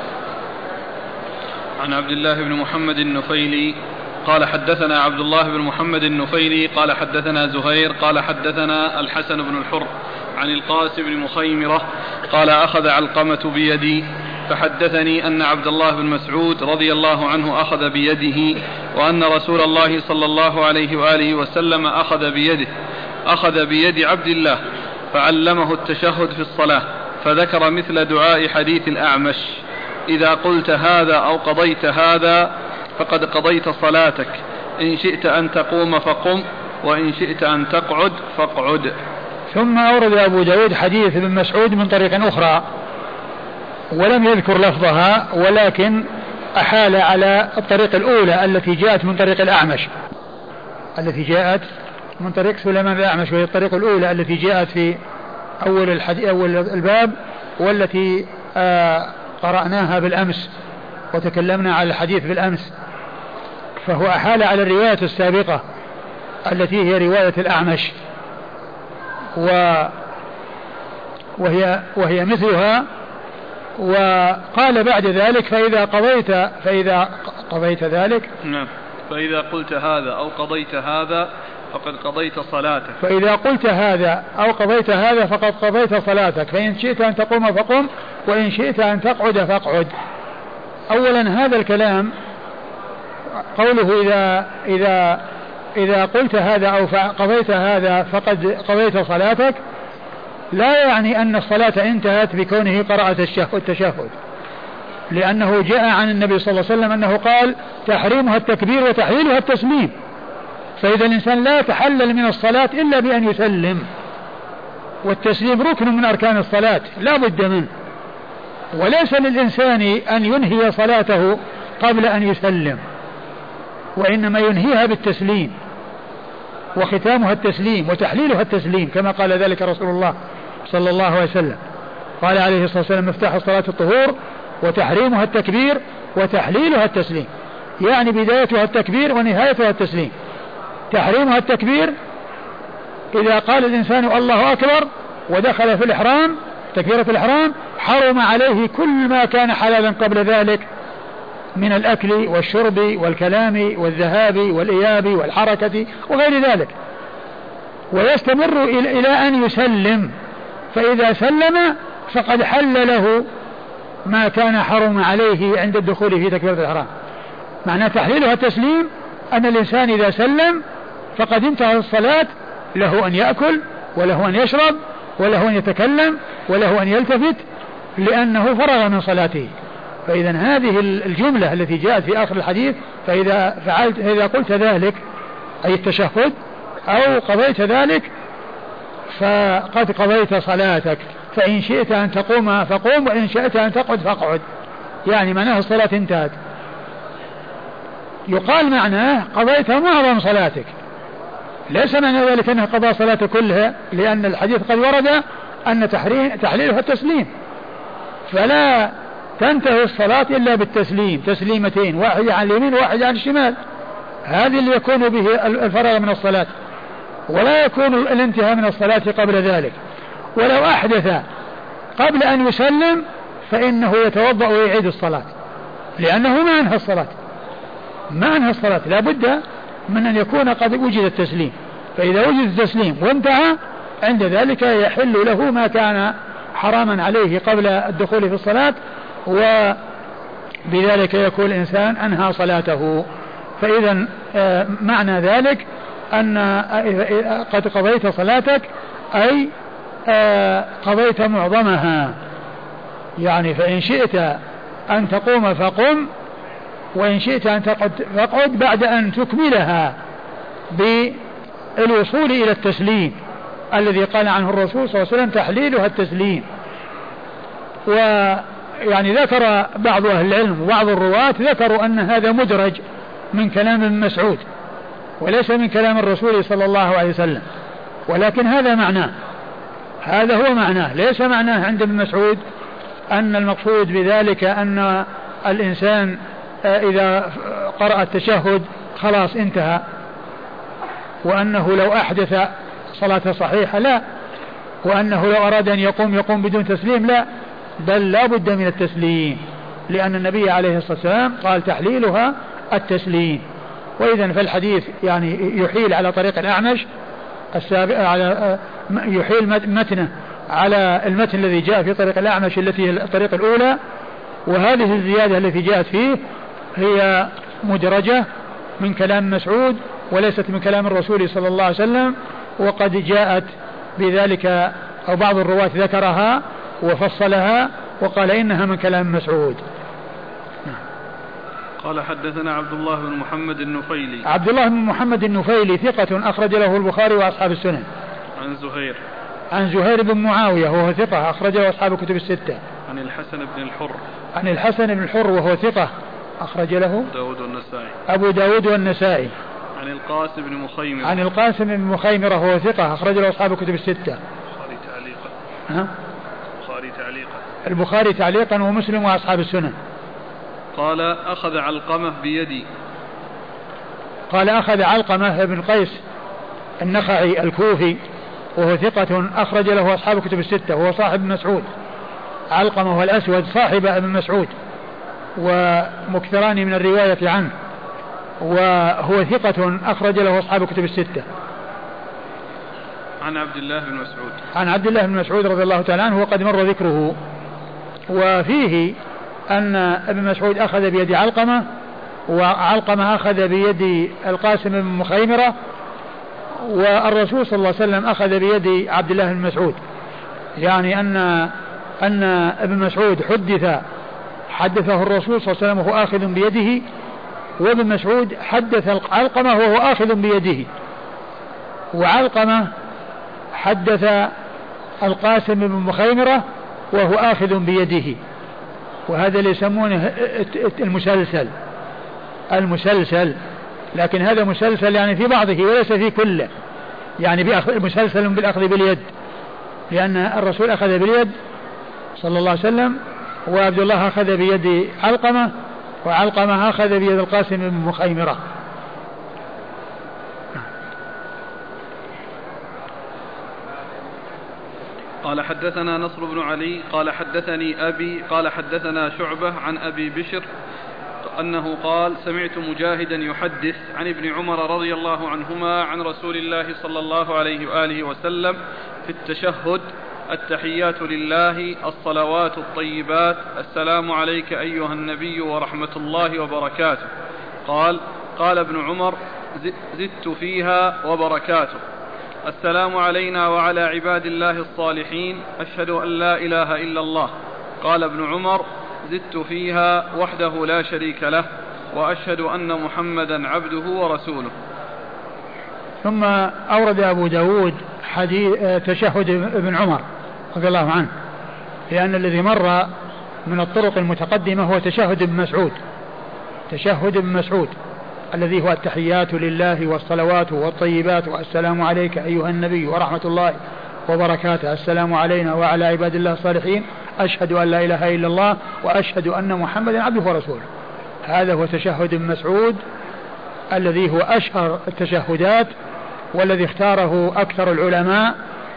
عن عبد الله بن محمد النفيلي قال حدثنا عبد الله بن محمد النفيلي قال حدثنا زهير قال حدثنا الحسن بن الحر عن القاسم بن مخيمرة قال أخذ علقمة بيدي فحدثني أن عبد الله بن مسعود رضي الله عنه أخذ بيده، وأن رسول الله صلى الله عليه وآله وسلم أخذ بيد عبد الله فعلمه التشهد في الصلاة، فذكر مثل دعاء حديث الأعمش: إذا قلت هذا أو قضيت هذا فقد قضيت صلاتك، إن شئت أن تقوم فقم، وإن شئت أن تقعد فاقعد. ثم أورد أبو داود حديث ابن مسعود من طريق أخرى ولم يذكر لفظها، ولكن أحال على الطريق الأولى التي جاءت من طريق الأعمش، التي جاءت من طريق سليمان الأعمش، وهي الطريق الأولى التي جاءت في أول الباب، والتي قرأناها بالأمس وتكلمنا على الحديث بالأمس. فهو أحال على الرواية السابقة التي هي رواية الأعمش، وهي مثلها. وقال بعد ذلك: فإذا قضيت ذلك، نعم، فإذا قلت هذا أو قضيت هذا فقد قضيت صلاتك. فإذا قلت هذا أو قضيت هذا فقد قضيت صلاتك، فإن شئت أن تقوم فقم، وإن شئت أن تقعد فاقعد. أولا هذا الكلام قوله إذا قلت هذا أو قضيت هذا فقد قضيت صلاتك لا يعني أن الصلاة انتهت بكونه قرأ التشهد، لأنه جاء عن النبي صلى الله عليه وسلم أنه قال: تحريمها التكبير وتحليلها التسليم. فإذا الإنسان لا يتحلل من الصلاة إلا بأن يسلم، والتسليم ركن من أركان الصلاة لا بد منه، وليس للإنسان أن ينهي صلاته قبل أن يسلم، وإنما ينهيها بالتسليم، وختامها التسليم وتحليلها التسليم، كما قال ذلك رسول الله صلى الله عليه وسلم. قال عليه الصلاة والسلام: مفتاح الصلاة الطهور، وتحريمها التكبير، وتحليلها التسليم، يعني بدايتها التكبير ونهايتها التسليم. تحريمها التكبير إذا قال الإنسان الله أكبر ودخل في الإحرام تكبيرة الإحرام، حرم عليه كل ما كان حلالا قبل ذلك من الأكل والشرب والكلام والذهاب والإياب والحركة وغير ذلك، ويستمر إلى أن يسلم. فإذا سلم فقد حل له ما كان حرم عليه عند الدخول في تكبيرة الإحرام. معنى تحليلها التسليم أن الإنسان إذا سلم فقد انتهى الصلاة، له أن يأكل وله أن يشرب وله أن يتكلم وله أن يلتفت، لأنه فرغ من صلاته. فإذا هذه الجملة التي جاءت في آخر الحديث: فإذا قلت ذلك أي التشهد أو قضيت ذلك فقد قضيت صلاتك، فإن شئت أن تقوم فقوم، وإن شئت أن تقعد فاقعد، يعني معناه الصلاة انتهت. يقال معناه قضيت معظم صلاتك، ليس معنى ذلك أنه قضى صلاته كلها، لأن الحديث قد ورد أن تحليلها التسليم، فلا تنتهي الصلاة إلا بالتسليم، تسليمتين، واحدة عن اليمين وواحدة عن الشمال، هذه اللي يكون به الفراغ من الصلاة، ولا يكون الانتهاء من الصلاة قبل ذلك. ولو أحدث قبل أن يسلم فإنه يتوضأ ويعيد الصلاة، لأنه ما أنهى الصلاة، لا بد من أن يكون قد وجد التسليم. فإذا وجد التسليم وانتهى، عند ذلك يحل له ما كان حراما عليه قبل الدخول في الصلاة، وبذلك يكون الإنسان أنهى صلاته. فإذا معنى ذلك أن قد قضيت صلاتك أي قضيت معظمها، يعني فإن شئت أن تقوم فقم، وإن شئت أن تقعد فاقعد، بعد أن تكملها بالوصول إلى التسليم الذي قال عنه الرسول صلى الله عليه وسلم: تحليلها التسليم. ويعني ذكر بعض أهل العلم وبعض الرواة ذكروا أن هذا مدرج من كلام ابن مسعود وليس من كلام الرسول صلى الله عليه وسلم، ولكن هذا معناه، هذا هو معناه، ليس معناه عند ابن مسعود أن المقصود بذلك أن الإنسان إذا قرأ التشهد خلاص انتهى، وأنه لو أحدث صلاة صحيحة لا، وأنه لو أراد أن يقوم بدون تسليم لا، بل لا بد من التسليم، لأن النبي عليه الصلاة والسلام قال تحليلها التسليم. وإذا فالحديث يعني يحيل على طريق الأعمش يحيل متنه على المتن الذي جاء في طريق الأعمش التي هي الطريق الأولى، وهذه الزيادة التي جاءت فيه هي مدرجة من كلام مسعود وليست من كلام الرسول صلى الله عليه وسلم، وقد جاءت بذلك أو بعض الرواة ذكرها وفصلها وقال إنها من كلام مسعود. قال حدثنا عبد الله بن محمد النفيلي. عبد الله بن محمد النفيلي ثقة أخرج له البخاري وأصحاب السنن. عن زهير بن معاوية وهو ثقة أخرج له أصحاب الكتب الستة. عن الحسن بن الحر وهو ثقة أخرج له أبو داود والنسائي. عن القاسم بن مخيمرة وهو ثقة أخرج له أصحاب الكتب الستة. البخاري تعليقا ومسلم وأصحاب السنن. قال أخذ علقمة بيدي. قال أخذ علقمة بن قيس النخعي الكوفي وهو ثقة أخرج له أصحاب الكتب الستة، وهو صاحب مسعود. علقمة هو الأسود صاحب ابن مسعود ومكثران من الرواية عنه، وهو ثقة أخرج له أصحاب الكتب الستة. عن عبد الله بن مسعود. عن عبد الله بن مسعود رضي الله تعالى عنه وقد مر ذكره. وفيه أن ابن مسعود أخذ بيد علقمة، وعلقمة أخذ بيد القاسم بن مخيمرة، والرسول صلى الله عليه وسلم أخذ بيد عبد الله بن مسعود، يعني أن ابن مسعود حدثه الرسول صلى الله عليه وسلم وهو آخذ بيده، وابن مسعود حدث علقمة وهو آخذ بيده، وعلقمة حدث القاسم بن مخيمرة وهو آخذ بيده. وهذا اللي يسمونه المسلسل، لكن هذا مسلسل يعني في بعضه وليس في كله، يعني مسلسل بالأخذ باليد، لأن الرسول أخذ باليد صلى الله عليه وسلم، وعبد الله أخذ بيد علقمة، وعلقمة أخذ بيد القاسم بن مخيمرة. قال حدثنا نصر بن علي قال حدثني أبي قال حدثنا شعبة عن أبي بشر أنه قال سمعت مجاهدا يحدث عن ابن عمر رضي الله عنهما عن رسول الله صلى الله عليه وآله وسلم في التشهد: التحيات لله، الصلوات الطيبات، السلام عليك أيها النبي ورحمة الله وبركاته. قال ابن عمر: زدت فيها وبركاته. السلام علينا وعلى عباد الله الصالحين، أشهد أن لا إله إلا الله. قال ابن عمر: زدت فيها وحده لا شريك له، وأشهد أن محمدا عبده ورسوله. ثم أورد أبو داود تشهد ابن عمر رضي الله عنه، لأن الذي مر من الطرق المتقدمة هو تشهد ابن مسعود الذي هو التحيات لله والصلوات والطيبات، والسلام عليك أيها النبي ورحمة الله وبركاته، السلام علينا وعلى عباد الله الصالحين، أشهد أن لا إله إلا الله، وأشهد أن محمدا عبده ورسوله. هذا هو تشهد ابن مسعود الذي هو أشهر التشهدات والذي اختاره أكثر العلماء،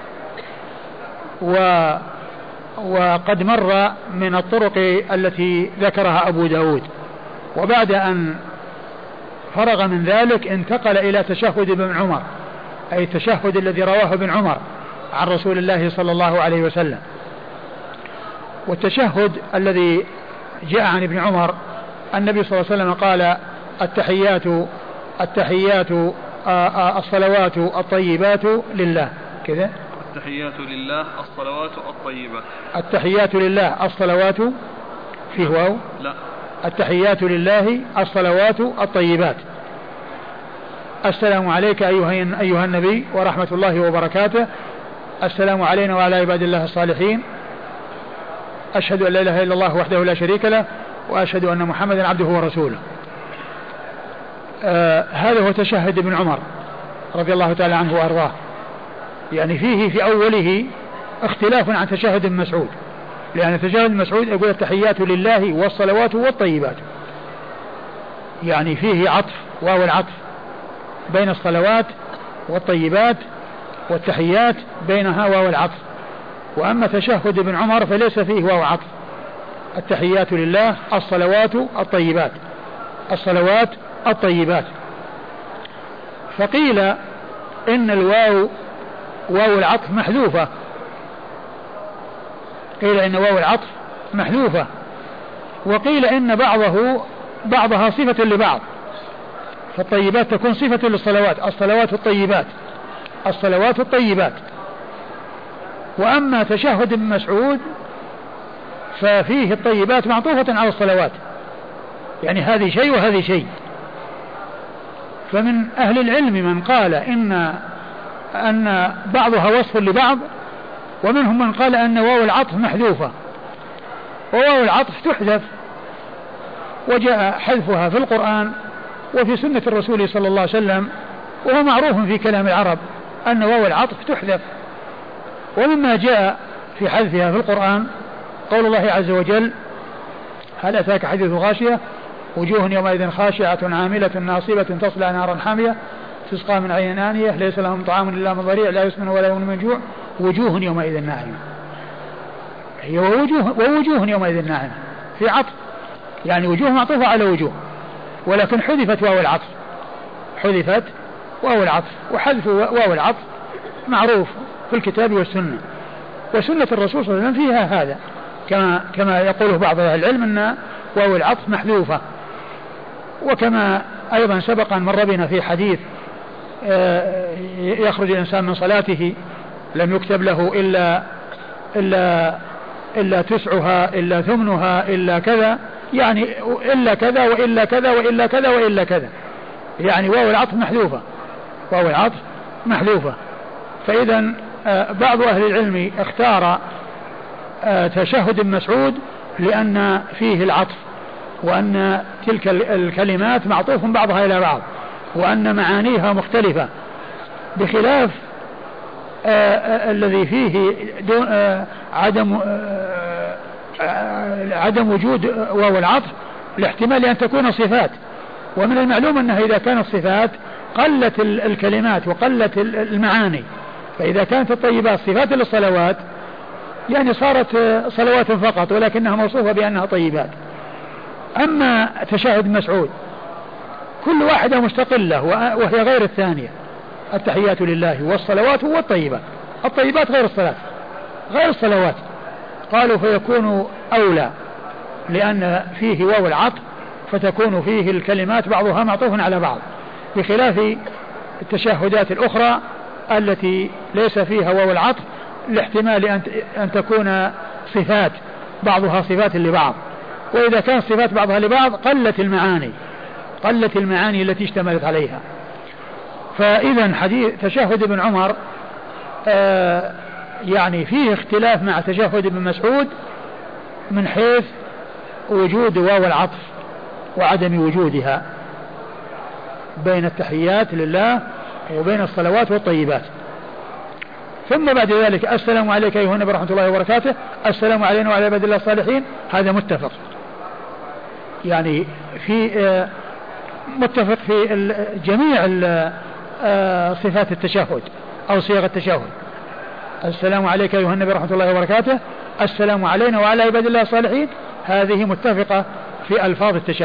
وقد مر من الطرق التي ذكرها أبو داود. وبعد أن فرغ من ذلك انتقل إلى تشهد ابن عمر، أي التشهد الذي رواه ابن عمر عن رسول الله صلى الله عليه وسلم. والتشهد الذي جاء عن ابن عمر النبي صلى الله عليه وسلم قال: التحيات الصلوات الطيبات لله، كذا. التحيات لله الصلوات الطيبات. التحيات لله الصلوات فيه واو؟ لا. التحيات لله الصلوات الطيبات. السلام عليك أيها النبي ورحمة الله وبركاته، السلام علينا وعلى عباد الله الصالحين، أشهد أن لا إله إلا الله وحده لا شريك له وأشهد أن محمدا عبده ورسوله. هذا هو تشهد ابن عمر رضي الله تعالى عنه وأرضاه. يعني فيه في أوله اختلاف عن تشهد ابن مسعود، لأن تشهد ابن مسعود يقول التحيات لله والصلوات والطيبات، يعني فيه عطف واو العطف بين الصلوات والطيبات والتحيات بينها واو العطف. وأما تشهد ابن عمر فليس فيه واو عطف، التحيات لله الصلوات الطيبات، الصلوات الطيبات. فقيل إن الواو واو العطف محذوفة، قيل إن واو العطف محذوفة، وقيل إن بعضها صفة لبعض، فالطيبات تكون صفة للصلوات، الصلوات الطيبات، الصلوات الطيبات. وأما تشهد ابن مسعود ففيه الطيبات معطوفة على الصلوات، يعني هذه شيء وهذه شيء. فمن أهل العلم من قال أن بعضها وصف لبعض، ومنهم من قال أن واو العطف محذوفة، وواو العطف تحذف، وجاء حذفها في القرآن وفي سنة الرسول صلى الله عليه وسلم، وهو معروف في كلام العرب أن واو العطف تحذف. ومما جاء في حذفها في القرآن قول الله عز وجل: هل أتاك حديث غاشية وجوه يومئذ خاشعة عاملة ناصبة تصلى نارا حامية تسقى من عين آنية ليس لهم طعام إلا من ضريع لا يسمن ولا يغني من جوع وجوه يومئذ ناعمة. هي ووجوه يومئذ ناعمة في عطف، يعني وجوه معطوفة على وجوه، ولكن حذفت واو العطف، حذفت واو العطف. وحذف واو العطف معروف في الكتاب والسنة، وسنة الرسول صلى الله عليه وسلم فيها هذا، كما يقوله بعض أهل العلم أن واو العطف محذوفة. وكما أيضا سبق أن مر بنا في حديث يخرج الإنسان من صلاته لم يكتب له إلا تسعها إلا ثمنها إلا كذا، يعني إلا كذا وإلا كذا وإلا كذا وإلا كذا، يعني واو العطف محذوفة، واو العطف محذوفة. فإذا بعض أهل العلم اختار تشهد ابن مسعود لأن فيه العطف، وأن تلك الكلمات معطوف بعضها إلى بعض، وأن معانيها مختلفة، بخلاف الذي فيه عدم وجود واو العطف لاحتمال أن تكون صفات. ومن المعلوم أنها إذا كانت صفات قلت الكلمات وقلت المعاني، فإذا كانت الطيبات صفات للصلوات يعني صارت صلوات فقط ولكنها موصوفة بأنها طيبات. أما تشهد مسعود كل واحدة مستقلة وهي غير الثانية، التحيات لله والصلوات والطيبات، الطيبات غير الصلاة غير الصلوات، قالوا فيكون أولى لأن فيه واو العطف فتكون فيه الكلمات بعضها معطوف على بعض، بخلاف التشهدات الأخرى التي ليس فيها واو العطف لاحتمال أن تكون صفات بعضها صفات لبعض، وإذا كانت صفات بعضها لبعض قلت المعاني التي اشتملت عليها. فإذا حديث تشهد ابن عمر يعني فيه اختلاف مع تشهد ابن مسعود من حيث وجود واو العطف وعدم وجودها بين التحيات لله وبين الصلوات والطيبات. ثم بعد ذلك السلام عليك أيها النبي ورحمة الله وبركاته، السلام علينا وعلى عباد الله الصالحين، هذا متفق، يعني في متفق في جميع صفات التشهد أو صيغ التشهد. السلام عليك أيها النبي ورحمة الله وبركاته، السلام علينا وعلى عباد الله الصالحين، هذه متفقة في ألفاظ التشهد.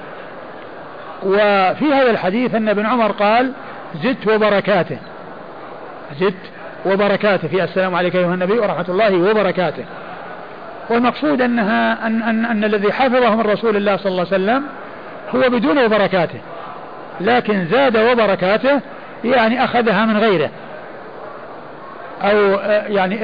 وفي هذا الحديث أن ابن عمر قال زدت وبركاته، زدت وبركاته في السلام عليك أيها النبي ورحمة الله وبركاته. والمقصود أن الذي حفظه من رسول الله صلى الله عليه وسلم هو بدون وبركاته، لكن زاد وبركاته يعني أخذها من غيره، أو يعني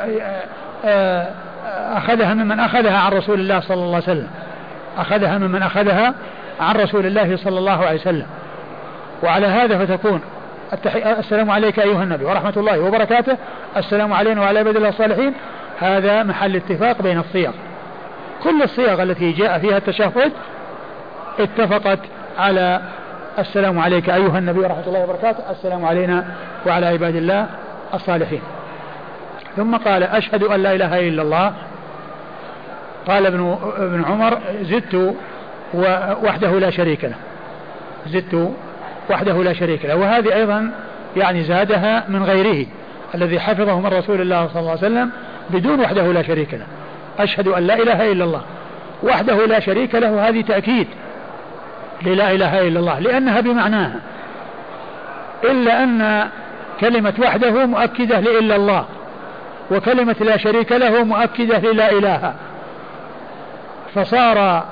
أخذها ممن أخذها عن رسول الله صلى الله عليه وسلم، أخذها ممن أخذها عن رسول الله صلى الله عليه وسلم. وعلى هذا فتكون السلام عليك أيها النبي ورحمة الله وبركاته، السلام علينا وعلى عباد الله الصالحين، هذا محل اتفاق بين الصيغ، كل الصيغ التي جاء فيها التشهد اتفقت على السلام عليك أيها النبي ورحمة الله وبركاته، السلام علينا وعلى عباد الله الصالحين. ثم قال أشهد أن لا إله إلا الله. قال ابن عمر زدت وحده لا شريك له، زدت وحده لا شريك له. وهذه أيضا يعني زادها من غيره الذي حفظه من رسول الله صلى الله عليه وسلم بدون وحده لا شريك له. أشهد أن لا إله إلا الله وحده لا شريك له، هذه تأكيد للا إله إلا الله لأنها بمعناها، إلا أن كلمة وحده مؤكدة لإلا الله، وكلمة لا شريك له مؤكدة للا إله، فصار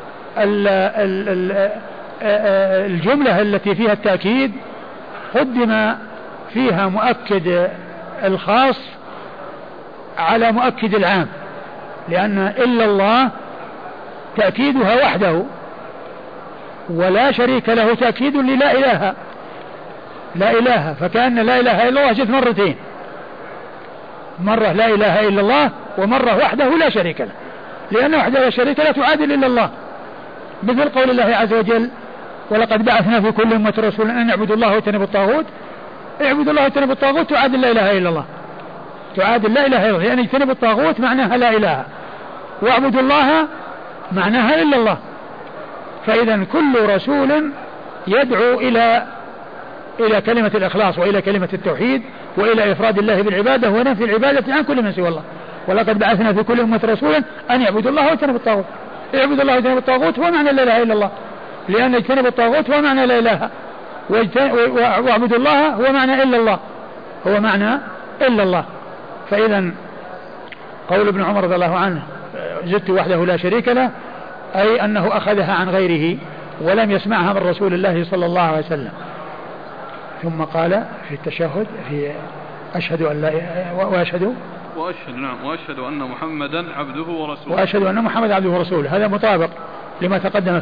الجملة التي فيها التأكيد قدم فيها مؤكد الخاص على مؤكد العام، لأن إلا الله تأكيدها وحده، ولا شريك له تأكيد للا إله، لا إله، فكأن لا إله إلا الله جت مرتين، مرة لا إله إلا الله ومرة وحده لا شريك له، لأن وحده لا شريك له تعادل إلا الله، مثل قول الله عز وجل ولقد بعثنا في كل أمة رسولا أن اعبدوا الله واجتنبوا الطاغوت. اعبدوا الله واجتنبوا الطاغوت تعادل لا إله إلا الله، تعادل لا إله إلا الله، لأن اجتنبوا الطاغوت معناها لا إله، واعبدوا الله معناها إلا الله. فإذا كل رسول يدعو إلى كلمة الإخلاص وإلى كلمة التوحيد وإلى إفراد الله بالعبادة ونفي العبادة عن كل من سوى الله. ولقد بعثنا في كل أمة رسولا أن يعبدوا الله واجتنبوا الطاغوت. اعبدوا الله واجتنبوا الطاغوت هو معنى لا إله إلا الله، لأن اجتنبوا الطاغوت هو معنى لا إله، واعبدوا الله هو معنى إلا الله، هو معنى إلا الله. فإذا قول ابن عمر رضي الله عنه زدت وحده لا شريك له، أي أنه أخذها عن غيره ولم يسمعها من رسول الله صلى الله عليه وسلم. ثم قال في التشهد في أشهد أن لا وأشهد أن محمدا عبده ورسوله، وأشهد أن محمدا عبده ورسوله. هذا مطابق لما تقدم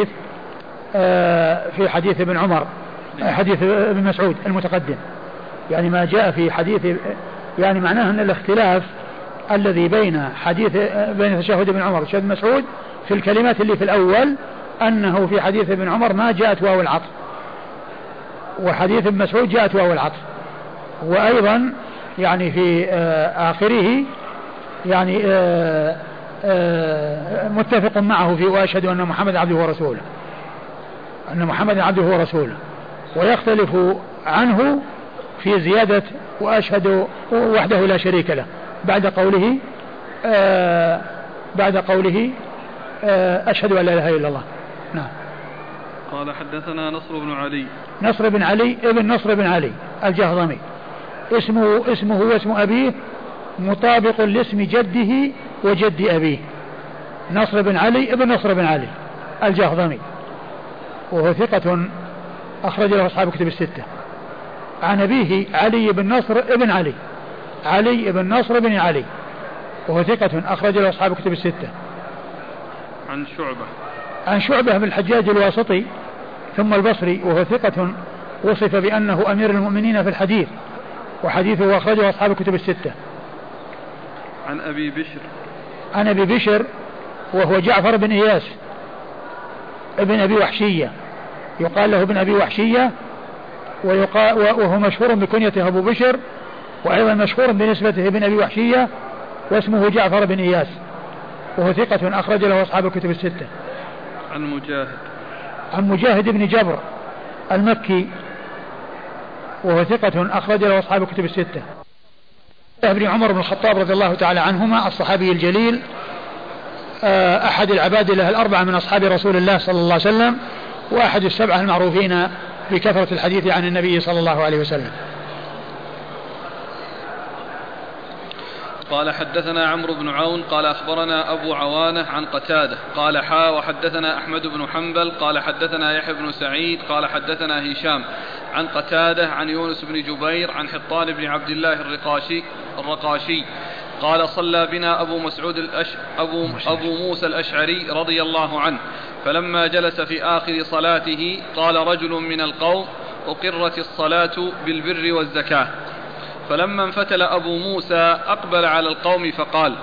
في حديث ابن عمر، حديث ابن مسعود المتقدم، يعني ما جاء في حديث، يعني معناه أن الاختلاف الذي بين تشهد ابن عمر وتشهد مسعود في الكلمات اللي في الأول أنه في حديث ابن عمر ما جاءت واو العطف، وحديث ابن مسعود جاءت واو العطف، وأيضا يعني في آخره يعني متفق معه في وأشهد أن محمد عبده ورسوله، أن محمد عبده ورسوله، ويختلف عنه في زيادة وأشهد وحده لا شريك له بعد قوله أشهد أن لا إله إلا الله. نعم. قال حدثنا نصر بن علي ابن نصر بن علي الجهضمي، اسمه واسم أبيه مطابق لاسم جده وجد أبيه، نصر بن علي ابن نصر بن علي الجهضمي، وهو ثقة أخرج له أصحاب كتب الستة. عن أبيه علي بن نصر ابن علي بن نصر بن علي، وهو ثقة أخرج له أصحاب كتب الستة. عن شعبة بن الحجاج الواسطي ثم البصري، وهو ثقة وصف بأنه أمير المؤمنين في الحديث، وحديثه أخرجه أصحاب الكتب الستة. عن أبي بشر وهو جعفر بن إياس ابن أبي وحشية، يقال له ابن أبي وحشية، وهو مشهور بكنيته أبو بشر، وأيضا مشهور بنسبته ابن أبي وحشية، واسمه جعفر بن إياس، وهو ثقة أخرج له أصحاب الكتب الستة. عن مجاهد بن جبر المكي، وهو ثقة أخرج له أصحاب الكتب الستة. ابن عمر بن الخطاب رضي الله تعالى عنهما الصحابي الجليل، أحد العبادلة الأربعة من أصحاب رسول الله صلى الله عليه وسلم، وأحد السبعة المعروفين بكثرة الحديث عن النبي صلى الله عليه وسلم. قال حدثنا عمرو بن عون قال أخبرنا أبو عوانة عن قتادة قال وحدثنا أحمد بن حنبل قال حدثنا يحيى بن سعيد قال حدثنا هشام عن قتادة عن يونس بن جبير عن حطان بن عبد الله الرقاشي قال صلى بنا أبو موسى الأشعري رضي الله عنه، فلما جلس في آخر صلاته قال رجل من القوم أقرت الصلاة بالبر والزكاة، فلما انفتل أبو موسى أقبل على القوم فقال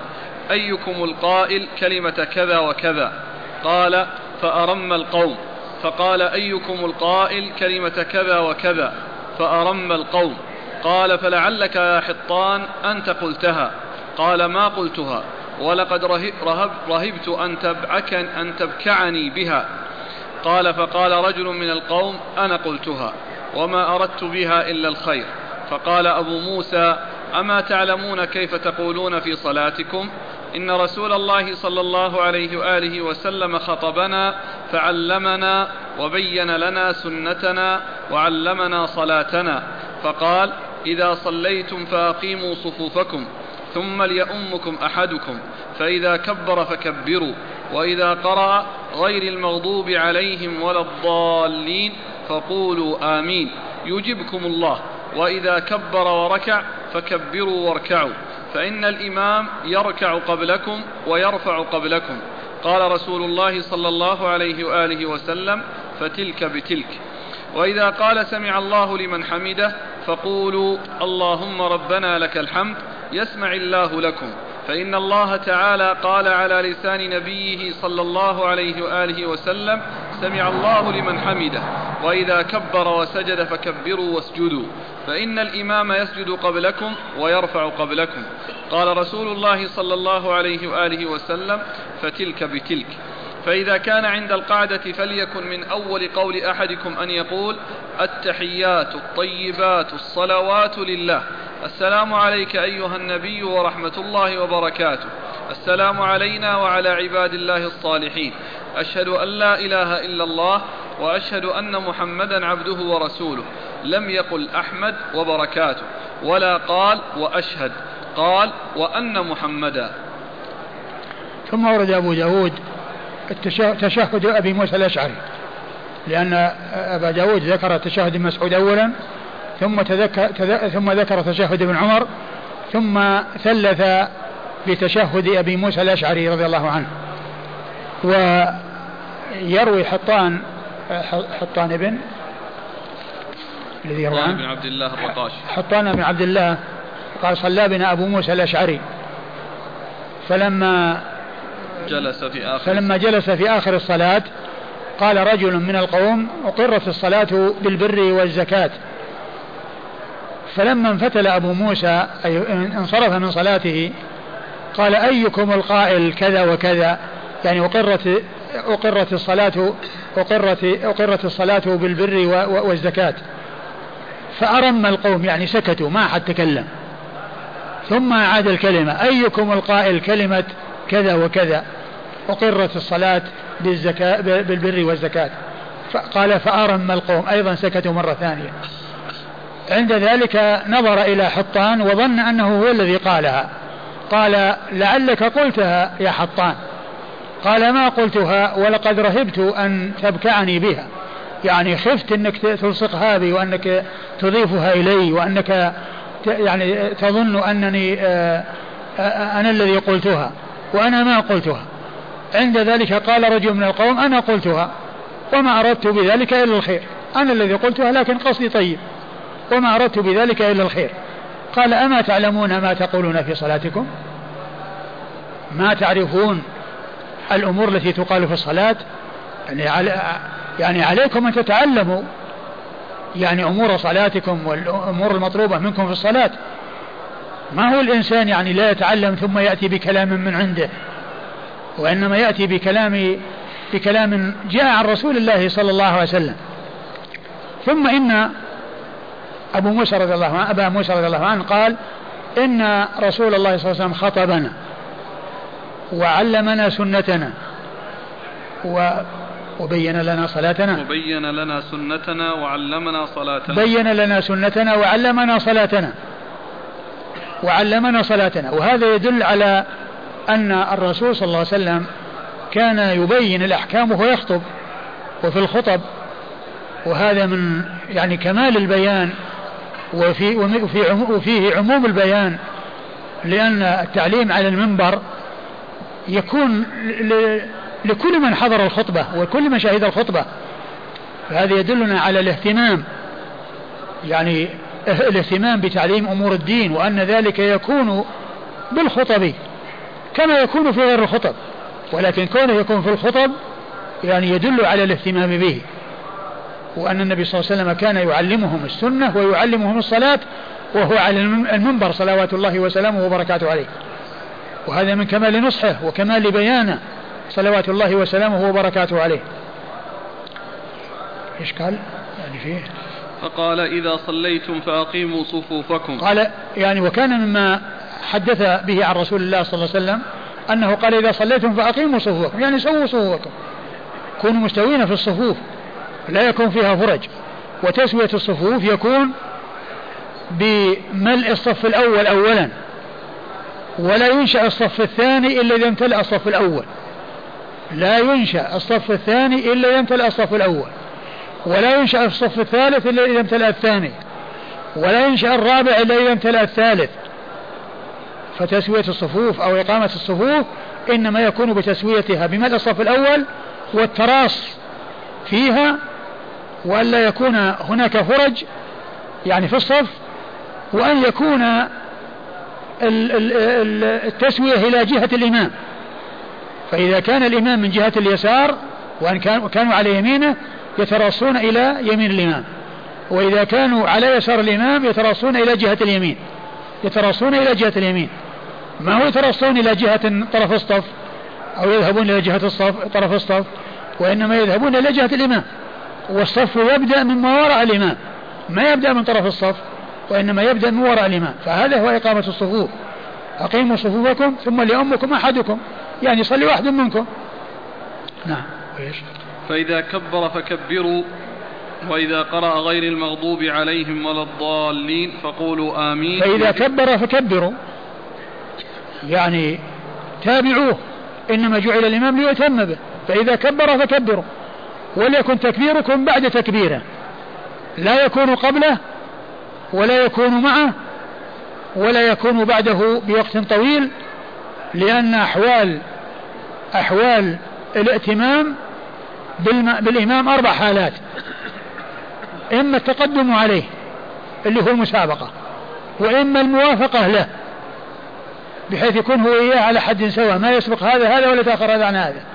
أيكم القائل كلمة كذا وكذا؟ قال: فأرم القوم. فقال: أيكم القائل كلمة كذا وكذا؟ فأرم القوم. قال: فلعلك يا حطان أنت قلتها. قال: ما قلتها، ولقد رهبت أن تبكعني بها. قال: فقال رجل من القوم: أنا قلتها وما أردت بها إلا الخير. فقال أبو موسى: أما تعلمون كيف تقولون في صلاتكم؟ إن رسول الله صلى الله عليه وآله وسلم خطبنا فعلمنا وبين لنا سنتنا وعلمنا صلاتنا، فقال: إذا صليتم فأقيموا صفوفكم ثم ليؤمكم أحدكم، فإذا كبر فكبروا، وإذا قرأ غير المغضوب عليهم ولا الضالين فقولوا آمين يجبكم الله، وإذا كبر وركع فكبروا واركعوا، فإن الإمام يركع قبلكم ويرفع قبلكم. قال رسول الله صلى الله عليه وآله وسلم: فتلك بتلك. وإذا قال سمع الله لمن حمده فقولوا اللهم ربنا لك الحمد يسمع الله لكم، فإن الله تعالى قال على لسان نبيه صلى الله عليه وآله وسلم: سمع الله لمن حمده. وإذا كبر وسجد فكبروا واسجدوا، فإن الإمام يسجد قبلكم ويرفع قبلكم. قال رسول الله صلى الله عليه وآله وسلم: فتلك بتلك. فإذا كان عند القعدة فليكن من أول قول أحدكم أن يقول: التحيات الطيبات الصلوات لله، السلام عليك أيها النبي ورحمة الله وبركاته، السلام علينا وعلى عباد الله الصالحين، أشهد أن لا إله إلا الله وأشهد أن محمدا عبده ورسوله. لم يقل أحمد وبركاته، ولا قال وأشهد، قال وأن محمدا. ثم ورد أبو داود تشهد أبي موسى الأشعري، لأن أبا داود ذكر تشهد مسعود أولا، ثم ذكر تشهد ابن عمر، ثم ثلث بتشهد أبي موسى الأشعري رضي الله عنه. ويروي حطان بن الذي يروي عنه بن عبد الله الرقاشي، حطان بن عبد الله قال: صلى بنا أبو موسى الأشعري، فلما جلس في آخر الصلاة قال رجل من القوم: أقرت الصلاة بالبر والزكاة. فلما انفتل أبو موسى أي انصرف من صلاته قال: أيكم القائل كذا وكذا؟ يعني أقرت الصلاة بالبر والزكاة. فأرم القوم، يعني سكتوا ما أحد تكلم. ثم أعاد الكلمة: أيكم القائل كلمة كذا وكذا؟ أقرت الصلاة بالبر والزكاة. فقال: فأرم القوم، أيضا سكتوا مرة ثانية. عند ذلك نظر إلى حطان وظن أنه هو الذي قالها، قال: لعلك قلتها يا حطان. قال: ما قلتها، ولقد رهبت أن تبكعني بها، يعني خفت أنك تلصقها بي وأنك تضيفها إلي وأنك يعني تظن أنني أنا الذي قلتها وأنا ما قلتها. عند ذلك قال رجل من القوم: أنا قلتها وما أردت بذلك إلا الخير، أنا الذي قلتها لكن قصدي طيب وما أردت بذلك إلا الخير. قال: أما تعلمون ما تقولون في صلاتكم؟ ما تعرفون الأمور التي تقال في الصلاة؟ يعني عليكم أن تتعلموا يعني أمور صلاتكم والأمور المطلوبة منكم في الصلاة. ما هو الإنسان يعني لا يتعلم ثم يأتي بكلام من عنده، وإنما يأتي بكلام جاء عن رسول الله صلى الله عليه وسلم. ثم إن أبا موسى رضي الله عنه قال: إن رسول الله صلى الله عليه وسلم خطبنا وعلمنا سنتنا وبين لنا صلاتنا. وبين لنا سنتنا وعلمنا صلاتنا. بين لنا سنتنا وعلمنا صلاتنا. وهذا يدل على أن الرسول صلى الله عليه وسلم كان يبين الأحكام وهو يخطب وفي الخطب، وهذا من يعني كمال البيان وفيه عموم البيان، لأن التعليم على المنبر يكون لكل من حضر الخطبة وكل من شهد الخطبة. فهذا يدلنا على الاهتمام، يعني الاهتمام بتعليم أمور الدين، وأن ذلك يكون بالخطب كما يكون في غير الخطب، ولكن كونه يكون في الخطب يعني يدل على الاهتمام به، وأن النبي صلى الله عليه وسلم كان يعلمهم السنة ويعلمهم الصلاة وهو على المنبر صلوات الله وسلامه وبركاته عليه، وهذا من كمال نصحه وكمال بيانه صلوات الله وسلامه وبركاته عليه. إيش قال يعني فيه؟ فقال إذا صليتم فأقيموا صفوفكم. قال يعني وكان مما حدث به عن رسول الله صلى الله عليه وسلم أنه قال إذا صليتم فأقيموا صفوفكم، يعني سووا صفوفكم، كونوا مستوين في الصفوف لا يكون فيها فرج. وتسوية الصفوف يكون بملء الصف الأول أولا، ولا ينشأ الصف الثاني إلا إذا امتلأ الصف الأول، لا ينشأ الصف الثاني إلا إذا امتلأ الصف الأول، ولا ينشأ الصف الثالث إلا إذا امتلأ الثاني، ولا ينشأ الرابع إلا إذا امتلأ الثالث. فتسوية الصفوف أو إقامة الصفوف إنما يكون بتسويتها بملء الصف الأول والتراص فيها، وألا يكون هناك فرج يعني في الصف، وأن يكون التسوية إلى جهة الإمام. فإذا كان الإمام من جهة اليسار وأن كانوا على يمينه يتراصون إلى يمين الإمام، وإذا كانوا على يسار الإمام يتراصون إلى جهة اليمين، يتراصون إلى جهة اليمين، ما هو يتراصون إلى جهة طرف الصف أو يذهبون إلى جهة طرف الصف، وإنما يذهبون إلى جهة الإمام، والصف يبدأ من وراء الإمام، ما يبدأ من طرف الصف وإنما يبدأ من وراء الإمام. فهذا هو إقامة الصفوف. أقيموا صفوفكم ثم ليؤمكم أحدكم، يعني يصلي واحد منكم. نعم. فإذا كبر فكبروا، وإذا قرأ غير المغضوب عليهم ولا الضالين فقولوا آمين. فإذا كبر فكبروا يعني تابعوه، إنما جعل الإمام ليؤتم به، فإذا كبر فكبروا، وليكن تكبيركم بعد تكبيره، لا يكون قبله ولا يكون معه ولا يكون بعده بوقت طويل، لأن أحوال الائتمام بالإمام 4 حالات: إما التقدم عليه اللي هو المسابقة، وإما الموافقة له بحيث يكون هو إياه على حد سواء، ما يسبق هذا ولا تأخر هذا عن هذا،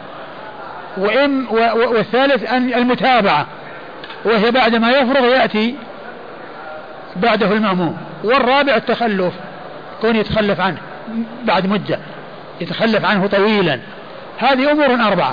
والثالث أن المتابعة، وهي بعد ما يفرغ يأتي بعده المأموم، والرابع التخلف، كون يتخلف عنه بعد مدة، يتخلف عنه طويلا. هذه أمور 4.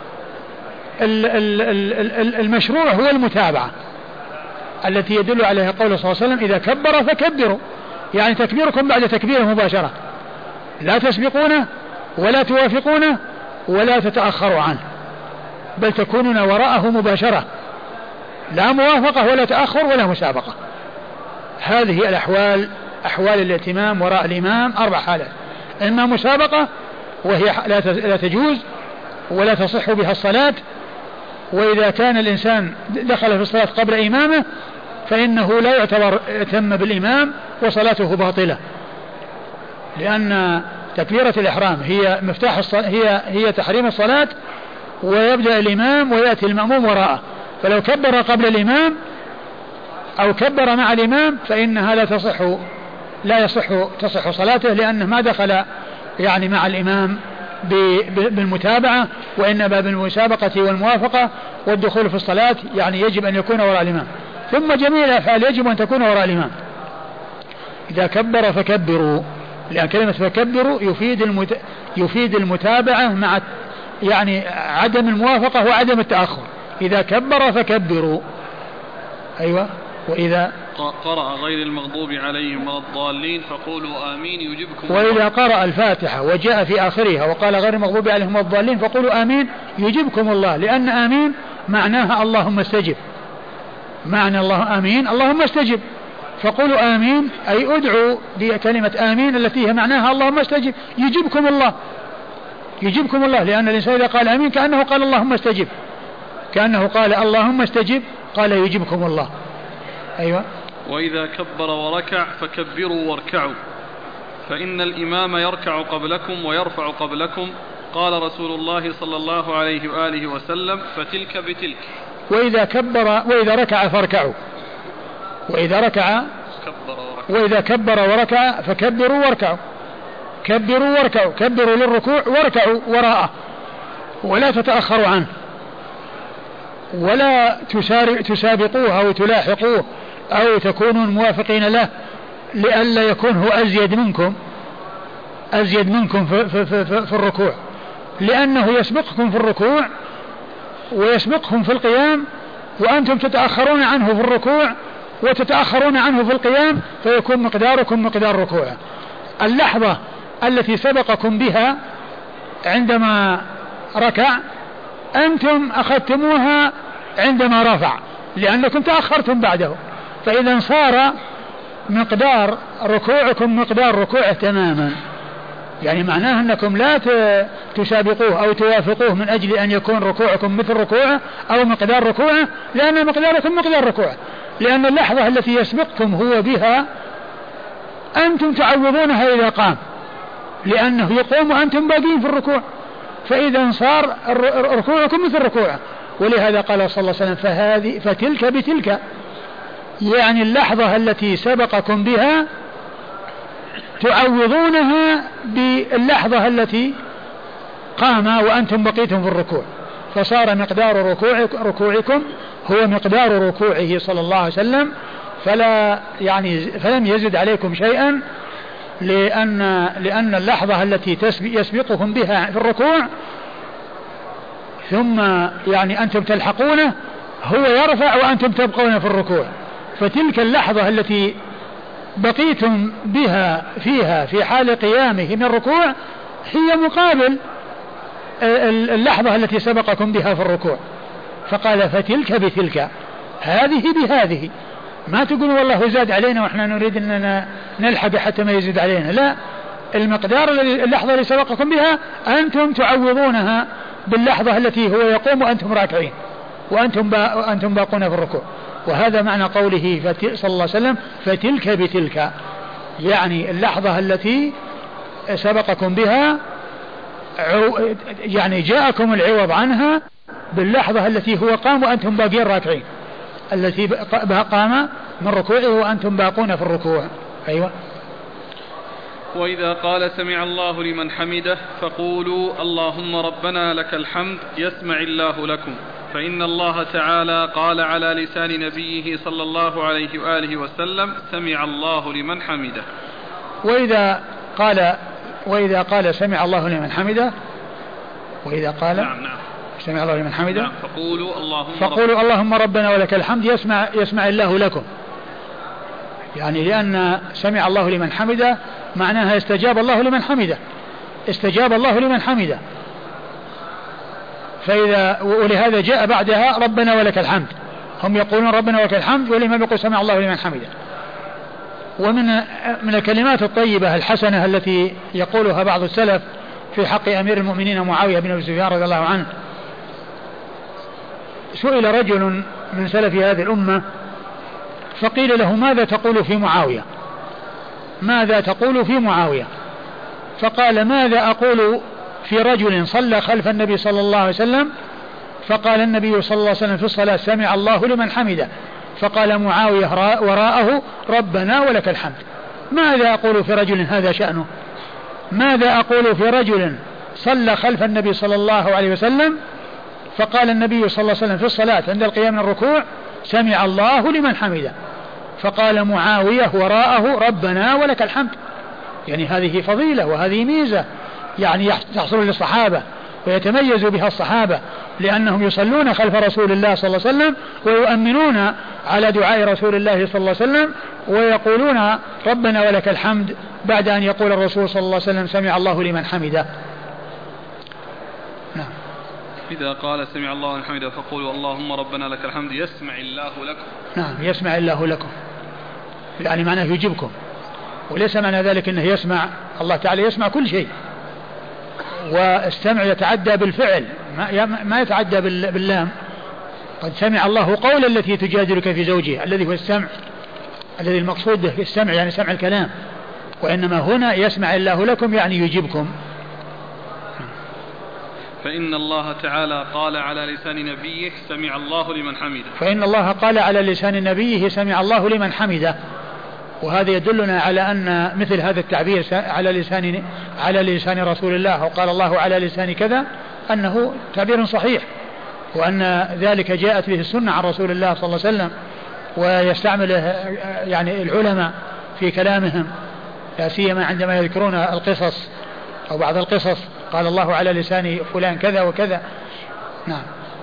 المشروع هو المتابعة التي يدل عليها قوله صلى الله عليه وسلم: إذا كبر فكبروا، يعني تكبيركم بعد تكبيره مباشرة، لا تسبقونه ولا توافقونه ولا تتأخروا عنه، بل تكونون وراءه مباشرة، لا موافقة ولا تأخر ولا مسابقة. هذه الأحوال أحوال الائتمام وراء الإمام 4 حالات: إما مسابقة وهي لا تجوز ولا تصح بها الصلاة، وإذا كان الإنسان دخل في الصلاة قبل إمامه فإنه لا يعتبر ائتم بالإمام وصلاته باطلة، لأن تكبيرة الإحرام هي مفتاح هي تحريم الصلاة، ويبدأ الإمام ويأتي المأموم وراءه، فلو كبر قبل الإمام أو كبر مع الإمام فإنها لا تصح صلاته، لأنه ما دخل يعني مع الإمام بالمتابعة، وإنما بالمسابقة والموافقة والدخول في الصلاة، يعني يجب أن يكون وراء الإمام. ثم جميع الأفعال يجب أن تكون وراء الإمام. إذا كبر فكبروا، لأن كلمة فكبروا يفيد المتابعة مع يعني عدم الموافقة وعدم التأخر. إذا كبر فكبروا. أيوة. وإذا قرأ غير المغضوب عليهم ولا الضالين فقولوا آمين يجبكم. وإذا قرأ الفاتحة وجاء في آخرها وقال غير المغضوب عليهم ولا الضالين فقولوا آمين يجبكم الله، لأن آمين معناها اللهم استجب، معنى الله آمين اللهم استجب، فقولوا آمين أي ادعوا بكلمة آمين التي هي معناها اللهم استجب يجبكم الله، يجبكم الله، لأن الإنسان إذا قال آمين كأنه قال اللهم استجب، كأنه قال اللهم استجب قال يجبكم الله. أيوة. وإذا كبر وركع فكبروا واركعوا، فإن الإمام يركع قبلكم ويرفع قبلكم، قال رسول الله صلى الله عليه وآله وسلم: فتلك بتلك. وإذا ركع فاركعوا، وإذا كبر وركع فكبروا واركعوا، كبروا واركعوا، كبروا للركوع واركعوا وراءه ولا تتأخروا عنه ولا تسابقوه أو تلاحقوه أو تكونوا موافقين له لئلا يكون هو أزيد منكم في الركوع، لأنه يسبقكم في الركوع ويسبقكم في القيام وأنتم تتأخرون عنه في الركوع وتتأخرون عنه في القيام، فيكون مقداركم مقدار ركوعه. اللحظة التي سبقكم بها عندما ركع أنتم أخذتموها عندما رفع لأنكم تأخرتم بعده، فإذا صار مقدار ركوعكم مقدار ركوعه تماما، يعني معناه أنكم لا تسابقوه أو توافقوه من أجل أن يكون ركوعكم مثل ركوعه أو مقدار ركوعه، لأن مقداركم مقدار ركوعه، لأن اللحظة التي يسبقكم هو بها أنتم تعوضونها إذا قام، لأنه يقوم وأنتم باقين في الركوع، فإذا صار ركوعكم مثل ركوعه. ولهذا قال صلى الله عليه وسلم فتلك بتلك، يعني اللحظة التي سبقكم بها تعوضونها باللحظة التي قام وأنتم بقيتم في الركوع، فصار مقدار ركوعكم هو مقدار ركوعه صلى الله عليه وسلم، فلم يزد عليكم شيئا، لأن اللحظة التي يسبقكم بها في الركوع ثم يعني أنتم تلحقونه هو يرفع وأنتم تبقون في الركوع، فتلك اللحظة التي بقيتم بها فيها في حال قيامه من الركوع هي مقابل اللحظة التي سبقكم بها في الركوع. فقال فتلك بتلك، هذه بهذه، ما تقول والله زاد علينا وإحنا نريد أننا نلحق حتى ما يزيد علينا، لا، المقدار اللحظة اللي سبقكم بها أنتم تعوضونها باللحظة التي هو يقوم وأنتم راكعين وأنتم باقون في الركوع. وهذا معنى قوله صلى الله عليه وسلم فتلك بتلك، يعني اللحظة التي سبقكم بها يعني جاءكم العوض عنها باللحظة التي هو قام وأنتم باقين راكعين، التي قام من ركوعه وأنتم باقون في الركوع. أيوة. وإذا قال سمع الله لمن حمده فقولوا اللهم ربنا لك الحمد يسمع الله لكم، فإن الله تعالى قال على لسان نبيه صلى الله عليه وآله وسلم سمع الله لمن حمده. وإذا قال سمع الله لمن حمده، وإذا قال نعم سمع الله لمن حمده نعم فقولوا اللهم ربنا ولك الحمد يسمع الله لكم، يعني لأن سمع الله لمن حمده معناها استجاب الله لمن حمده، استجاب الله لمن حمده، ولهذا جاء بعدها ربنا ولك الحمد، هم يقولون ربنا ولك الحمد والإمام يقول سمع الله لمن حمده. ومن الكلمات الطيبة الحسنة التي يقولها بعض السلف في حق أمير المؤمنين معاوية بن أبي سفيان رضي الله عنه، سئل رجل من سلف هذه الأمة فقيل له ماذا تقول في معاوية، ماذا تقول في معاوية؟ فقال ماذا أقول في رجل صلى خلف النبي صلى الله عليه وسلم فقال النبي صلى الله عليه وسلم في الصلاة سمع الله لمن حمده، فقال معاوية وراءه ربنا ولك الحمد. ماذا أقول في رجل هذا شأنه؟ ماذا أقول في رجل صلى خلف النبي صلى الله عليه وسلم فقال النبي صلى الله عليه وسلم في الصلاة عند القيام من الركوع سمع الله لمن حمده، فقال معاوية وراءه ربنا ولك الحمد. يعني هذه فضيلة وهذه ميزة يعني تحصل للصحابة ويتميز بها الصحابة، لأنهم يصلون خلف رسول الله صلى الله عليه وسلم ويؤمنون على دعاء رسول الله صلى الله عليه وسلم ويقولون ربنا ولك الحمد بعد أن يقول الرسول صلى الله عليه وسلم سمع الله لمن حمده. نعم. إذا قال سمع الله لمن حمده فقولوا اللهم ربنا لك الحمد يسمع الله لكم. نعم يسمع الله لكم، يعني معناه يجيبكم، وليس معنى ذلك أنه يسمع، الله تعالى يسمع كل شيء، والسمع يتعدى بالفعل ما يتعدى باللام. قد سمع الله قول التي تجادلك في زوجها الذي هو السمع، الذي المقصود به السمع يعني سمع الكلام، وإنما هنا يسمع الله لكم يعني يجيبكم. فإن الله تعالى قال على لسان نبيه سمع الله لمن حمده، فإن الله قال على لسان نبيه سمع الله لمن حمده، وهذا يدلنا على أن مثل هذا التعبير على لسان رسول الله، وقال الله على لسان كذا، أنه تعبير صحيح، وأن ذلك جاءت به السنة عن رسول الله صلى الله عليه وسلم، ويستعمله يعني العلماء في كلامهم، لا سيما عندما يذكرون القصص أو بعض القصص، قال الله على لسان فلان كذا وكذا. نعم.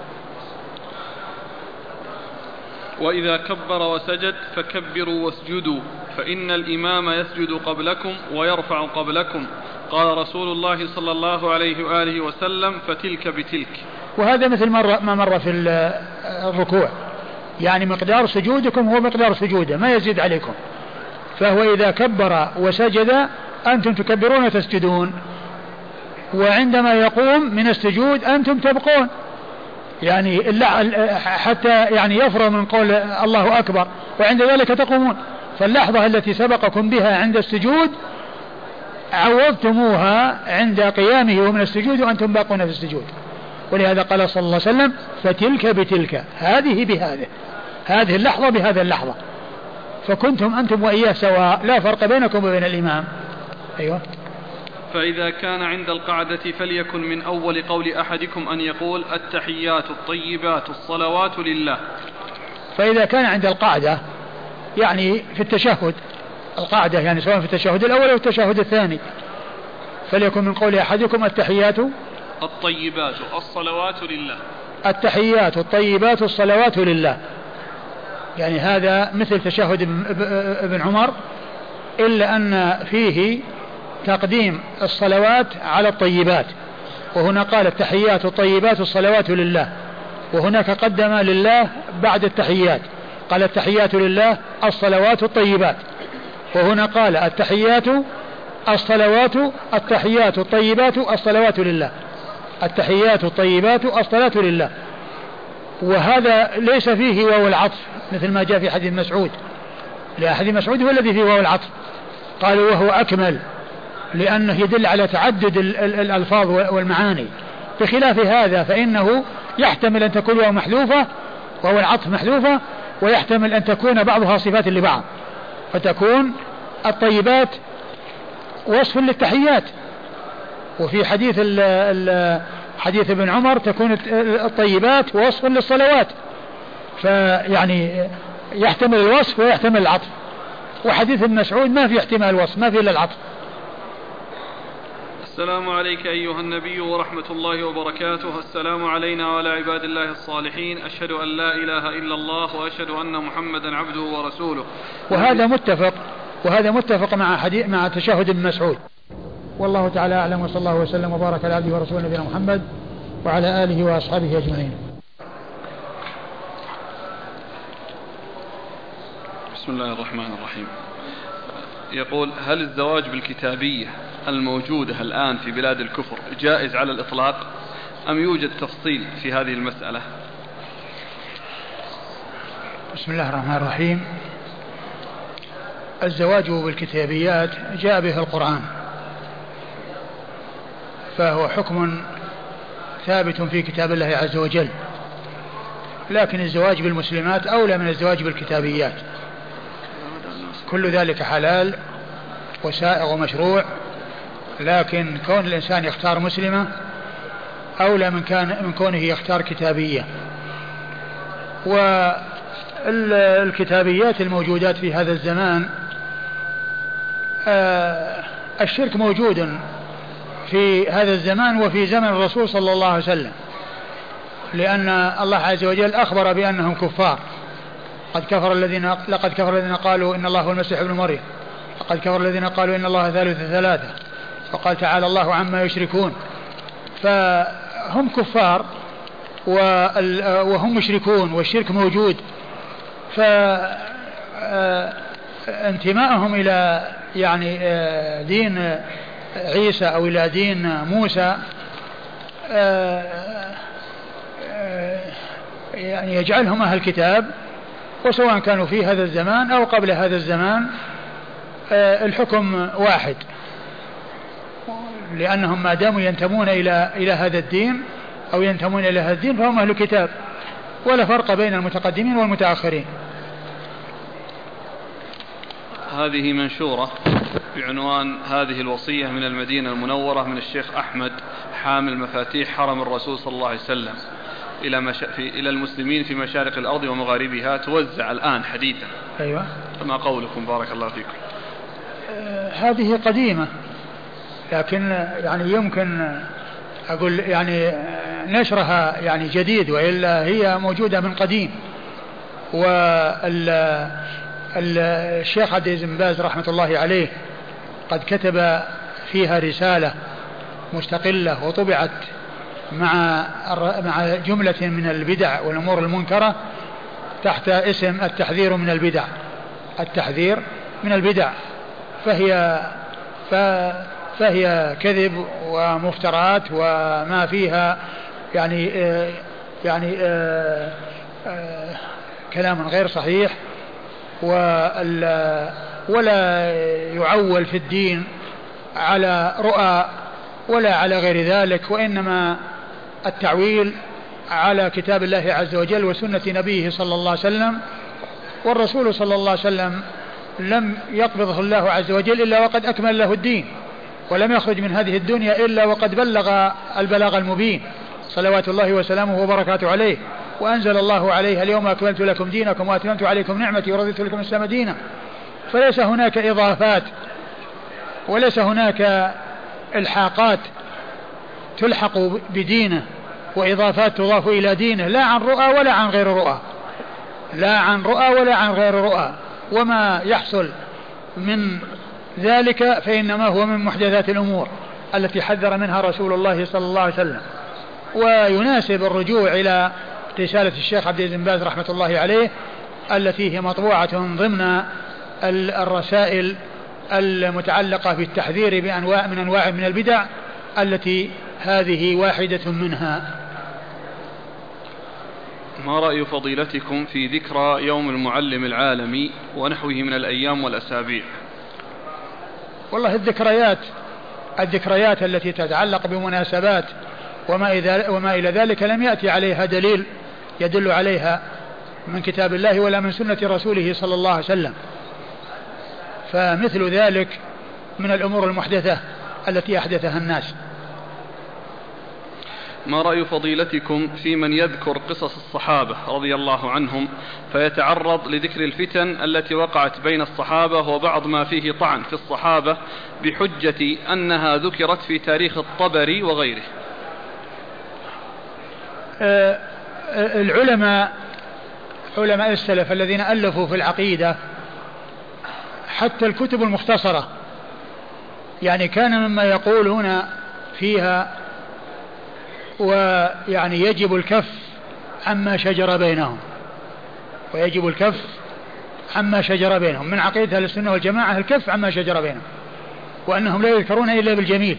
وإذا كبر وسجد فكبروا واسجدوا فإن الإمام يسجد قبلكم ويرفع قبلكم، قال رسول الله صلى الله عليه وآله وسلم فتلك بتلك. وهذا مثل ما مر في الركوع، يعني مقدار سجودكم هو مقدار سجوده، ما يزيد عليكم. فهو إذا كبر وسجد أنتم تكبرون وتسجدون، وعندما يقوم من السجود أنتم تبقون، يعني حتى يعني يفرغ من قول الله أكبر، وعند ذلك تقومون. فاللحظة التي سبقكم بها عند السجود عوضتموها عند قيامه ومن السجود وأنتم باقون في السجود. ولهذا قال صلى الله عليه وسلم فتلك بتلك، هذه بهذه، هذه اللحظة بهذه اللحظة، فكنتم أنتم وإياه سواء، لا فرق بينكم وبين الإمام. أيوة. فإذا كان عند القعدة فليكن من أول قول أحدكم أن يقول التحيات الطيبات الصلوات لله. فإذا كان عند القعدة يعني في التشهد، القعدة يعني سواء في التشهد الأول أو التشهد الثاني، فليكن من قول أحدكم التحيات الطيبات الصلوات لله. التحيات الطيبات الصلوات لله، يعني هذا مثل تشهد ابن عمر، إلا أن فيه تقديم الصلوات على الطيبات، وهنا قال التحيات الطيبات الصلوات لله، وهناك قدم لله بعد التحيات، قال التحيات لله الصلوات الطيبات، وهنا قال التحيات الصلوات التحيات الطيبات الصلوات لله، التحيات الطيبات الصلاة لله. وهذا ليس فيه واو العطف مثل ما جاء في حديث مسعود، لحديث مسعود هو الذي فيه واو العطف، قالوا وهو أكمل لأنه يدل على تعدد الألفاظ والمعاني، بخلاف هذا فإنه يحتمل أن تكون واو محذوفة وهو العطف محذوفة، ويحتمل أن تكون بعضها صفات لبعض، فتكون الطيبات وصف للتحيات، وفي حديث ابن عمر تكون الطيبات وصف للصلوات، فيعني يحتمل الوصف ويحتمل العطف. وحديث ابن مسعود ما في احتمال الوصف، ما في إلا العطف. السلام عليك أيها النبي ورحمة الله وبركاته. السلام علينا وعلى عباد الله الصالحين، أشهد أن لا إله إلا الله وأشهد أن محمدا عبده ورسوله. وهذا متفق مع تشهد ابن مسعود. والله تعالى أعلم، وصلى الله وسلم وبارك على عبده ورسوله نبينا محمد وعلى آله وأصحابه أجمعين. بسم الله الرحمن الرحيم. يقول: هل الزواج بالكتابية الموجودة الآن في بلاد الكفر جائز على الإطلاق أم يوجد تفصيل في هذه المسألة؟ بسم الله الرحمن الرحيم. الزواج بالكتابيات جاء به القرآن، فهو حكم ثابت في كتاب الله عز وجل، لكن الزواج بالمسلمات أولى من الزواج بالكتابيات. كل ذلك حلال وسائغ ومشروع، لكن كون الإنسان يختار مسلمة أولى من كونه يختار كتابية. والكتابيات الموجودات في هذا الزمان الشرك موجود في هذا الزمان وفي زمن الرسول صلى الله عليه وسلم، لأن الله عز وجل أخبر بأنهم كفار. لقد كفر الذين قالوا إن الله هو المسيح ابن مريم، لقد كفر الذين قالوا إن الله ثالث ثلاثة، وقال تعالى الله عما يشركون. فهم كفار وهم مشركون، والشرك موجود، فانتمائهم إلى يعني دين عيسى أو إلى دين موسى يعني يجعلهم أهل كتاب، وسواء كانوا في هذا الزمان أو قبل هذا الزمان الحكم واحد، لأنهم ما داموا ينتمون إلى هذا الدين أو ينتمون إلى هذا الدين فهم أهل كتاب، ولا فرق بين المتقدمين والمتأخرين. هذه منشورة بعنوان هذه الوصية من المدينة المنورة من الشيخ أحمد حامل مفاتيح حرم الرسول صلى الله عليه وسلم إلى المسلمين في مشارق الأرض ومغاربها، توزع الآن حديثا. أيوة. فما قولكم بارك الله فيكم؟ هذه قديمة، لكن يعني يمكن أقول يعني نشرها يعني جديد، وإلا هي موجودة من قديم. والشيخ عبد العزيز بن باز رحمة الله عليه قد كتب فيها رسالة مستقلة وطبعت مع جملة من البدع والأمور المنكرة تحت اسم التحذير من البدع. التحذير من البدع فهي كذب ومفترات وما فيها يعني كلام غير صحيح، ولا يعول في الدين على رؤى ولا على غير ذلك، وإنما التعويل على كتاب الله عز وجل وسنة نبيه صلى الله عليه وسلم. والرسول صلى الله عليه وسلم لم يقبضه الله عز وجل إلا وقد أكمل له الدين، ولم يخرج من هذه الدنيا إلا وقد بلغ البلاغ المبين صلوات الله وسلامه وبركاته عليه. وأنزل الله عليه اليوم أكملت لكم دينكم وأتممت عليكم نعمتي ورضيت لكم الإسلام دينا. فليس هناك إضافات وليس هناك إلحاقات تلحق بدينه وإضافات تضاف إلى دينه، لا عن رؤى ولا عن غير رؤى، لا عن رؤى ولا عن غير رؤى. وما يحصل من ذلك فإنما هو من محدثات الأمور التي حذر منها رسول الله صلى الله عليه وسلم. ويناسب الرجوع إلى رسالة الشيخ عبد العزيز بن باز رحمة الله عليه التي هي مطبوعة ضمن الرسائل المتعلقة بالتحذير بأنواع من البدع التي هذه واحدة منها. ما رأي فضيلتكم في ذكرى يوم المعلم العالمي ونحوه من الأيام والأسابيع؟ والله الذكريات التي تتعلق بمناسبات وما إلى ذلك لم يأتي عليها دليل يدل عليها من كتاب الله ولا من سنة رسوله صلى الله عليه وسلم، فمثل ذلك من الأمور المحدثة التي أحدثها الناس. ما رأي فضيلتكم في من يذكر قصص الصحابة رضي الله عنهم فيتعرض لذكر الفتن التي وقعت بين الصحابة وبعض ما فيه طعن في الصحابة بحجة أنها ذكرت في تاريخ الطبري وغيره؟ علماء السلف الذين ألفوا في العقيدة حتى الكتب المختصرة يعني كان مما يقولون فيها ويعني يجب الكف عما شجر بينهم، ويجب الكف عما شجر بينهم. من عقيدة أهل السنة والجماعة الكف عما شجر بينهم، وأنهم لا يذكرون إلا بالجميل.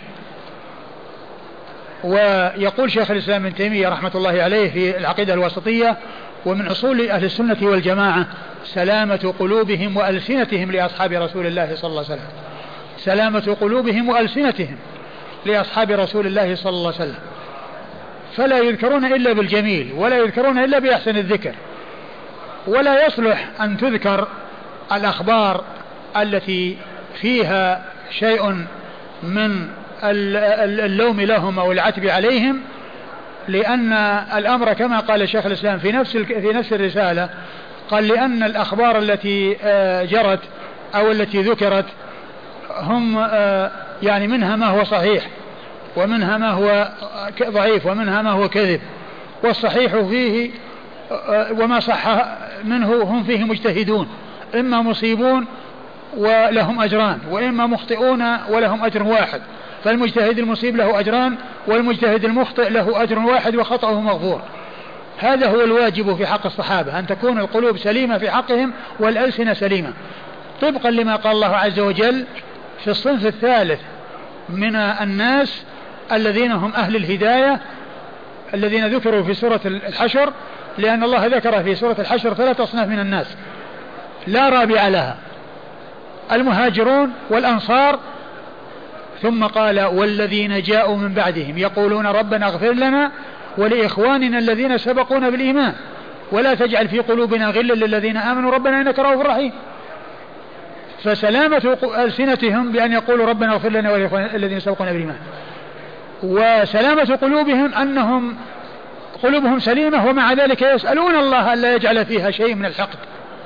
ويقول شيخ الإسلام ابن تيمية رحمة الله عليه في العقيدة الواسطية: ومن أصول أهل السنة والجماعة سلامة قلوبهم وألسنتهم لأصحاب رسول الله صلى الله عليه وسلم، سلامة قلوبهم وألسنتهم لأصحاب رسول الله صلى الله عليه وسلم، فلا يذكرون إلا بالجميل ولا يذكرون إلا بأحسن الذكر. ولا يصلح أن تذكر الأخبار التي فيها شيء من اللوم لهم أو العتب عليهم، لأن الأمر كما قال شيخ الإسلام في نفس الرسالة، قال لأن الأخبار التي جرت أو التي ذكرت هم يعني منها ما هو صحيح ومنها ما هو ضعيف ومنها ما هو كذب، والصحيح فيه وما صح منه هم فيه مجتهدون، إما مصيبون ولهم أجران وإما مخطئون ولهم أجر واحد، فالمجتهد المصيب له أجران والمجتهد المخطئ له أجر واحد وخطأه مغفور. هذا هو الواجب في حق الصحابة، أن تكون القلوب سليمة في حقهم والألسنة سليمة، طبقا لما قال الله عز وجل في الصنف الثالث من الناس الذين هم أهل الهداية الذين ذكروا في سورة الحشر، لأن الله ذكر في سورة الحشر 3 أصناف من الناس لا رابع لها: المهاجرون والأنصار، ثم قال: والذين جاءوا من بعدهم يقولون ربنا اغفر لنا ولإخواننا الذين سبقونا بالإيمان ولا تجعل في قلوبنا غلا للذين آمنوا ربنا إنك رؤوف رحيم. فسلامة ألسنتهم بأن يقولوا ربنا اغفر لنا ولإخواننا الذين سبقونا بالإيمان، وسلامة قلوبهم أنهم قلوبهم سليمة، ومع ذلك يسألون الله ألا يجعل فيها شيء من الحقد،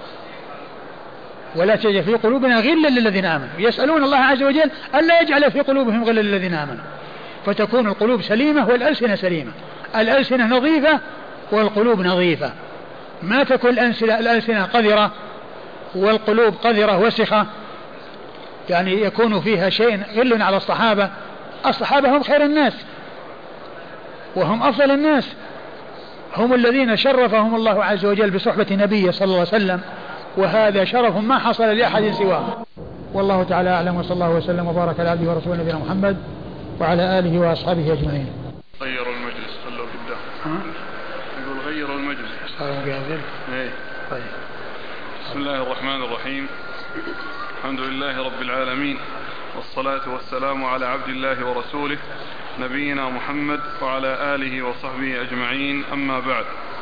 ولا تجعل في قلوبنا غلا للذين آمنوا، يسألون الله عز وجل ألا يجعل في قلوبهم غلا للذين آمنوا، فتكون القلوب سليمة والألسنة سليمة، الألسنة نظيفة والقلوب نظيفة، ما تكون الألسنة قذرة والقلوب قذرة وسخة، يعني يكون فيها شيء غل على الصحابة. الصحابة هم خير الناس وهم أفضل الناس، هم الذين شرفهم الله عز وجل بصحبة نبيه صلى الله عليه وسلم، وهذا شرف ما حصل لأحد سواه. والله تعالى أعلم، وصلى الله وسلم وبارك على عبده ورسوله نبينا محمد وعلى آله وأصحابه أجمعين. غيروا المجلس خلوا قدام. يقول غيروا المجلس. طيب. بسم الله الرحمن الرحيم. الحمد لله رب العالمين، والصلاة والسلام على عبد الله ورسوله نبينا محمد وعلى آله وصحبه أجمعين، أما بعد.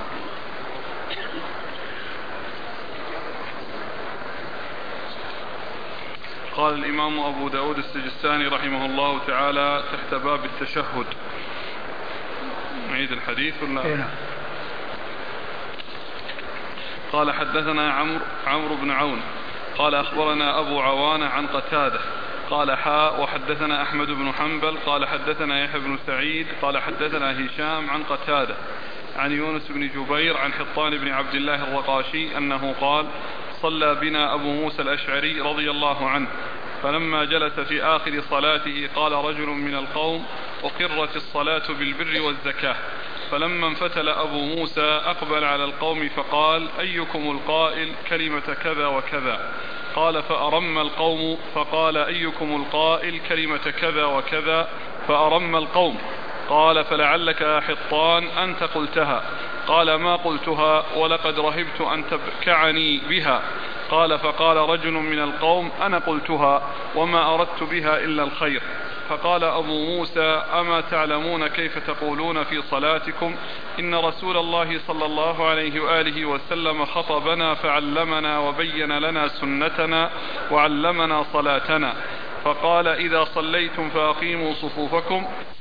قال الإمام أبو داود السجستاني رحمه الله تعالى تحت باب التشهد. نعيد الحديث ولا؟ قال حدثنا عمرو بن عون قال أخبرنا أبو عوانة عن قتادة قال حاء وحدثنا أحمد بن حنبل قال حدثنا يحيى بن سعيد قال حدثنا هشام عن قتادة عن يونس بن جبير عن حطان بن عبد الله الرقاشي أنه قال صلى بنا أبو موسى الأشعري رضي الله عنه، فلما جلس في آخر صلاته قال رجل من القوم أقرت الصلاة بالبر والزكاة، فلما انفتل أبو موسى أقبل على القوم فقال أيكم القائل كلمة كذا وكذا؟ قال فأرم القوم، فقال أيكم القائل كلمة كذا وكذا؟ فأرم القوم. قال فلعلك يا حطان أنت قلتها. قال ما قلتها ولقد رهبت أن تبكعني بها. قال فقال رجل من القوم أنا قلتها وما أردت بها إلا الخير. فقال أبو موسى أما تعلمون كيف تقولون في صلاتكم؟ إن رسول الله صلى الله عليه وآله وسلم خطبنا فعلمنا وبين لنا سنتنا وعلمنا صلاتنا، فقال إذا صليتم فأقيموا صفوفكم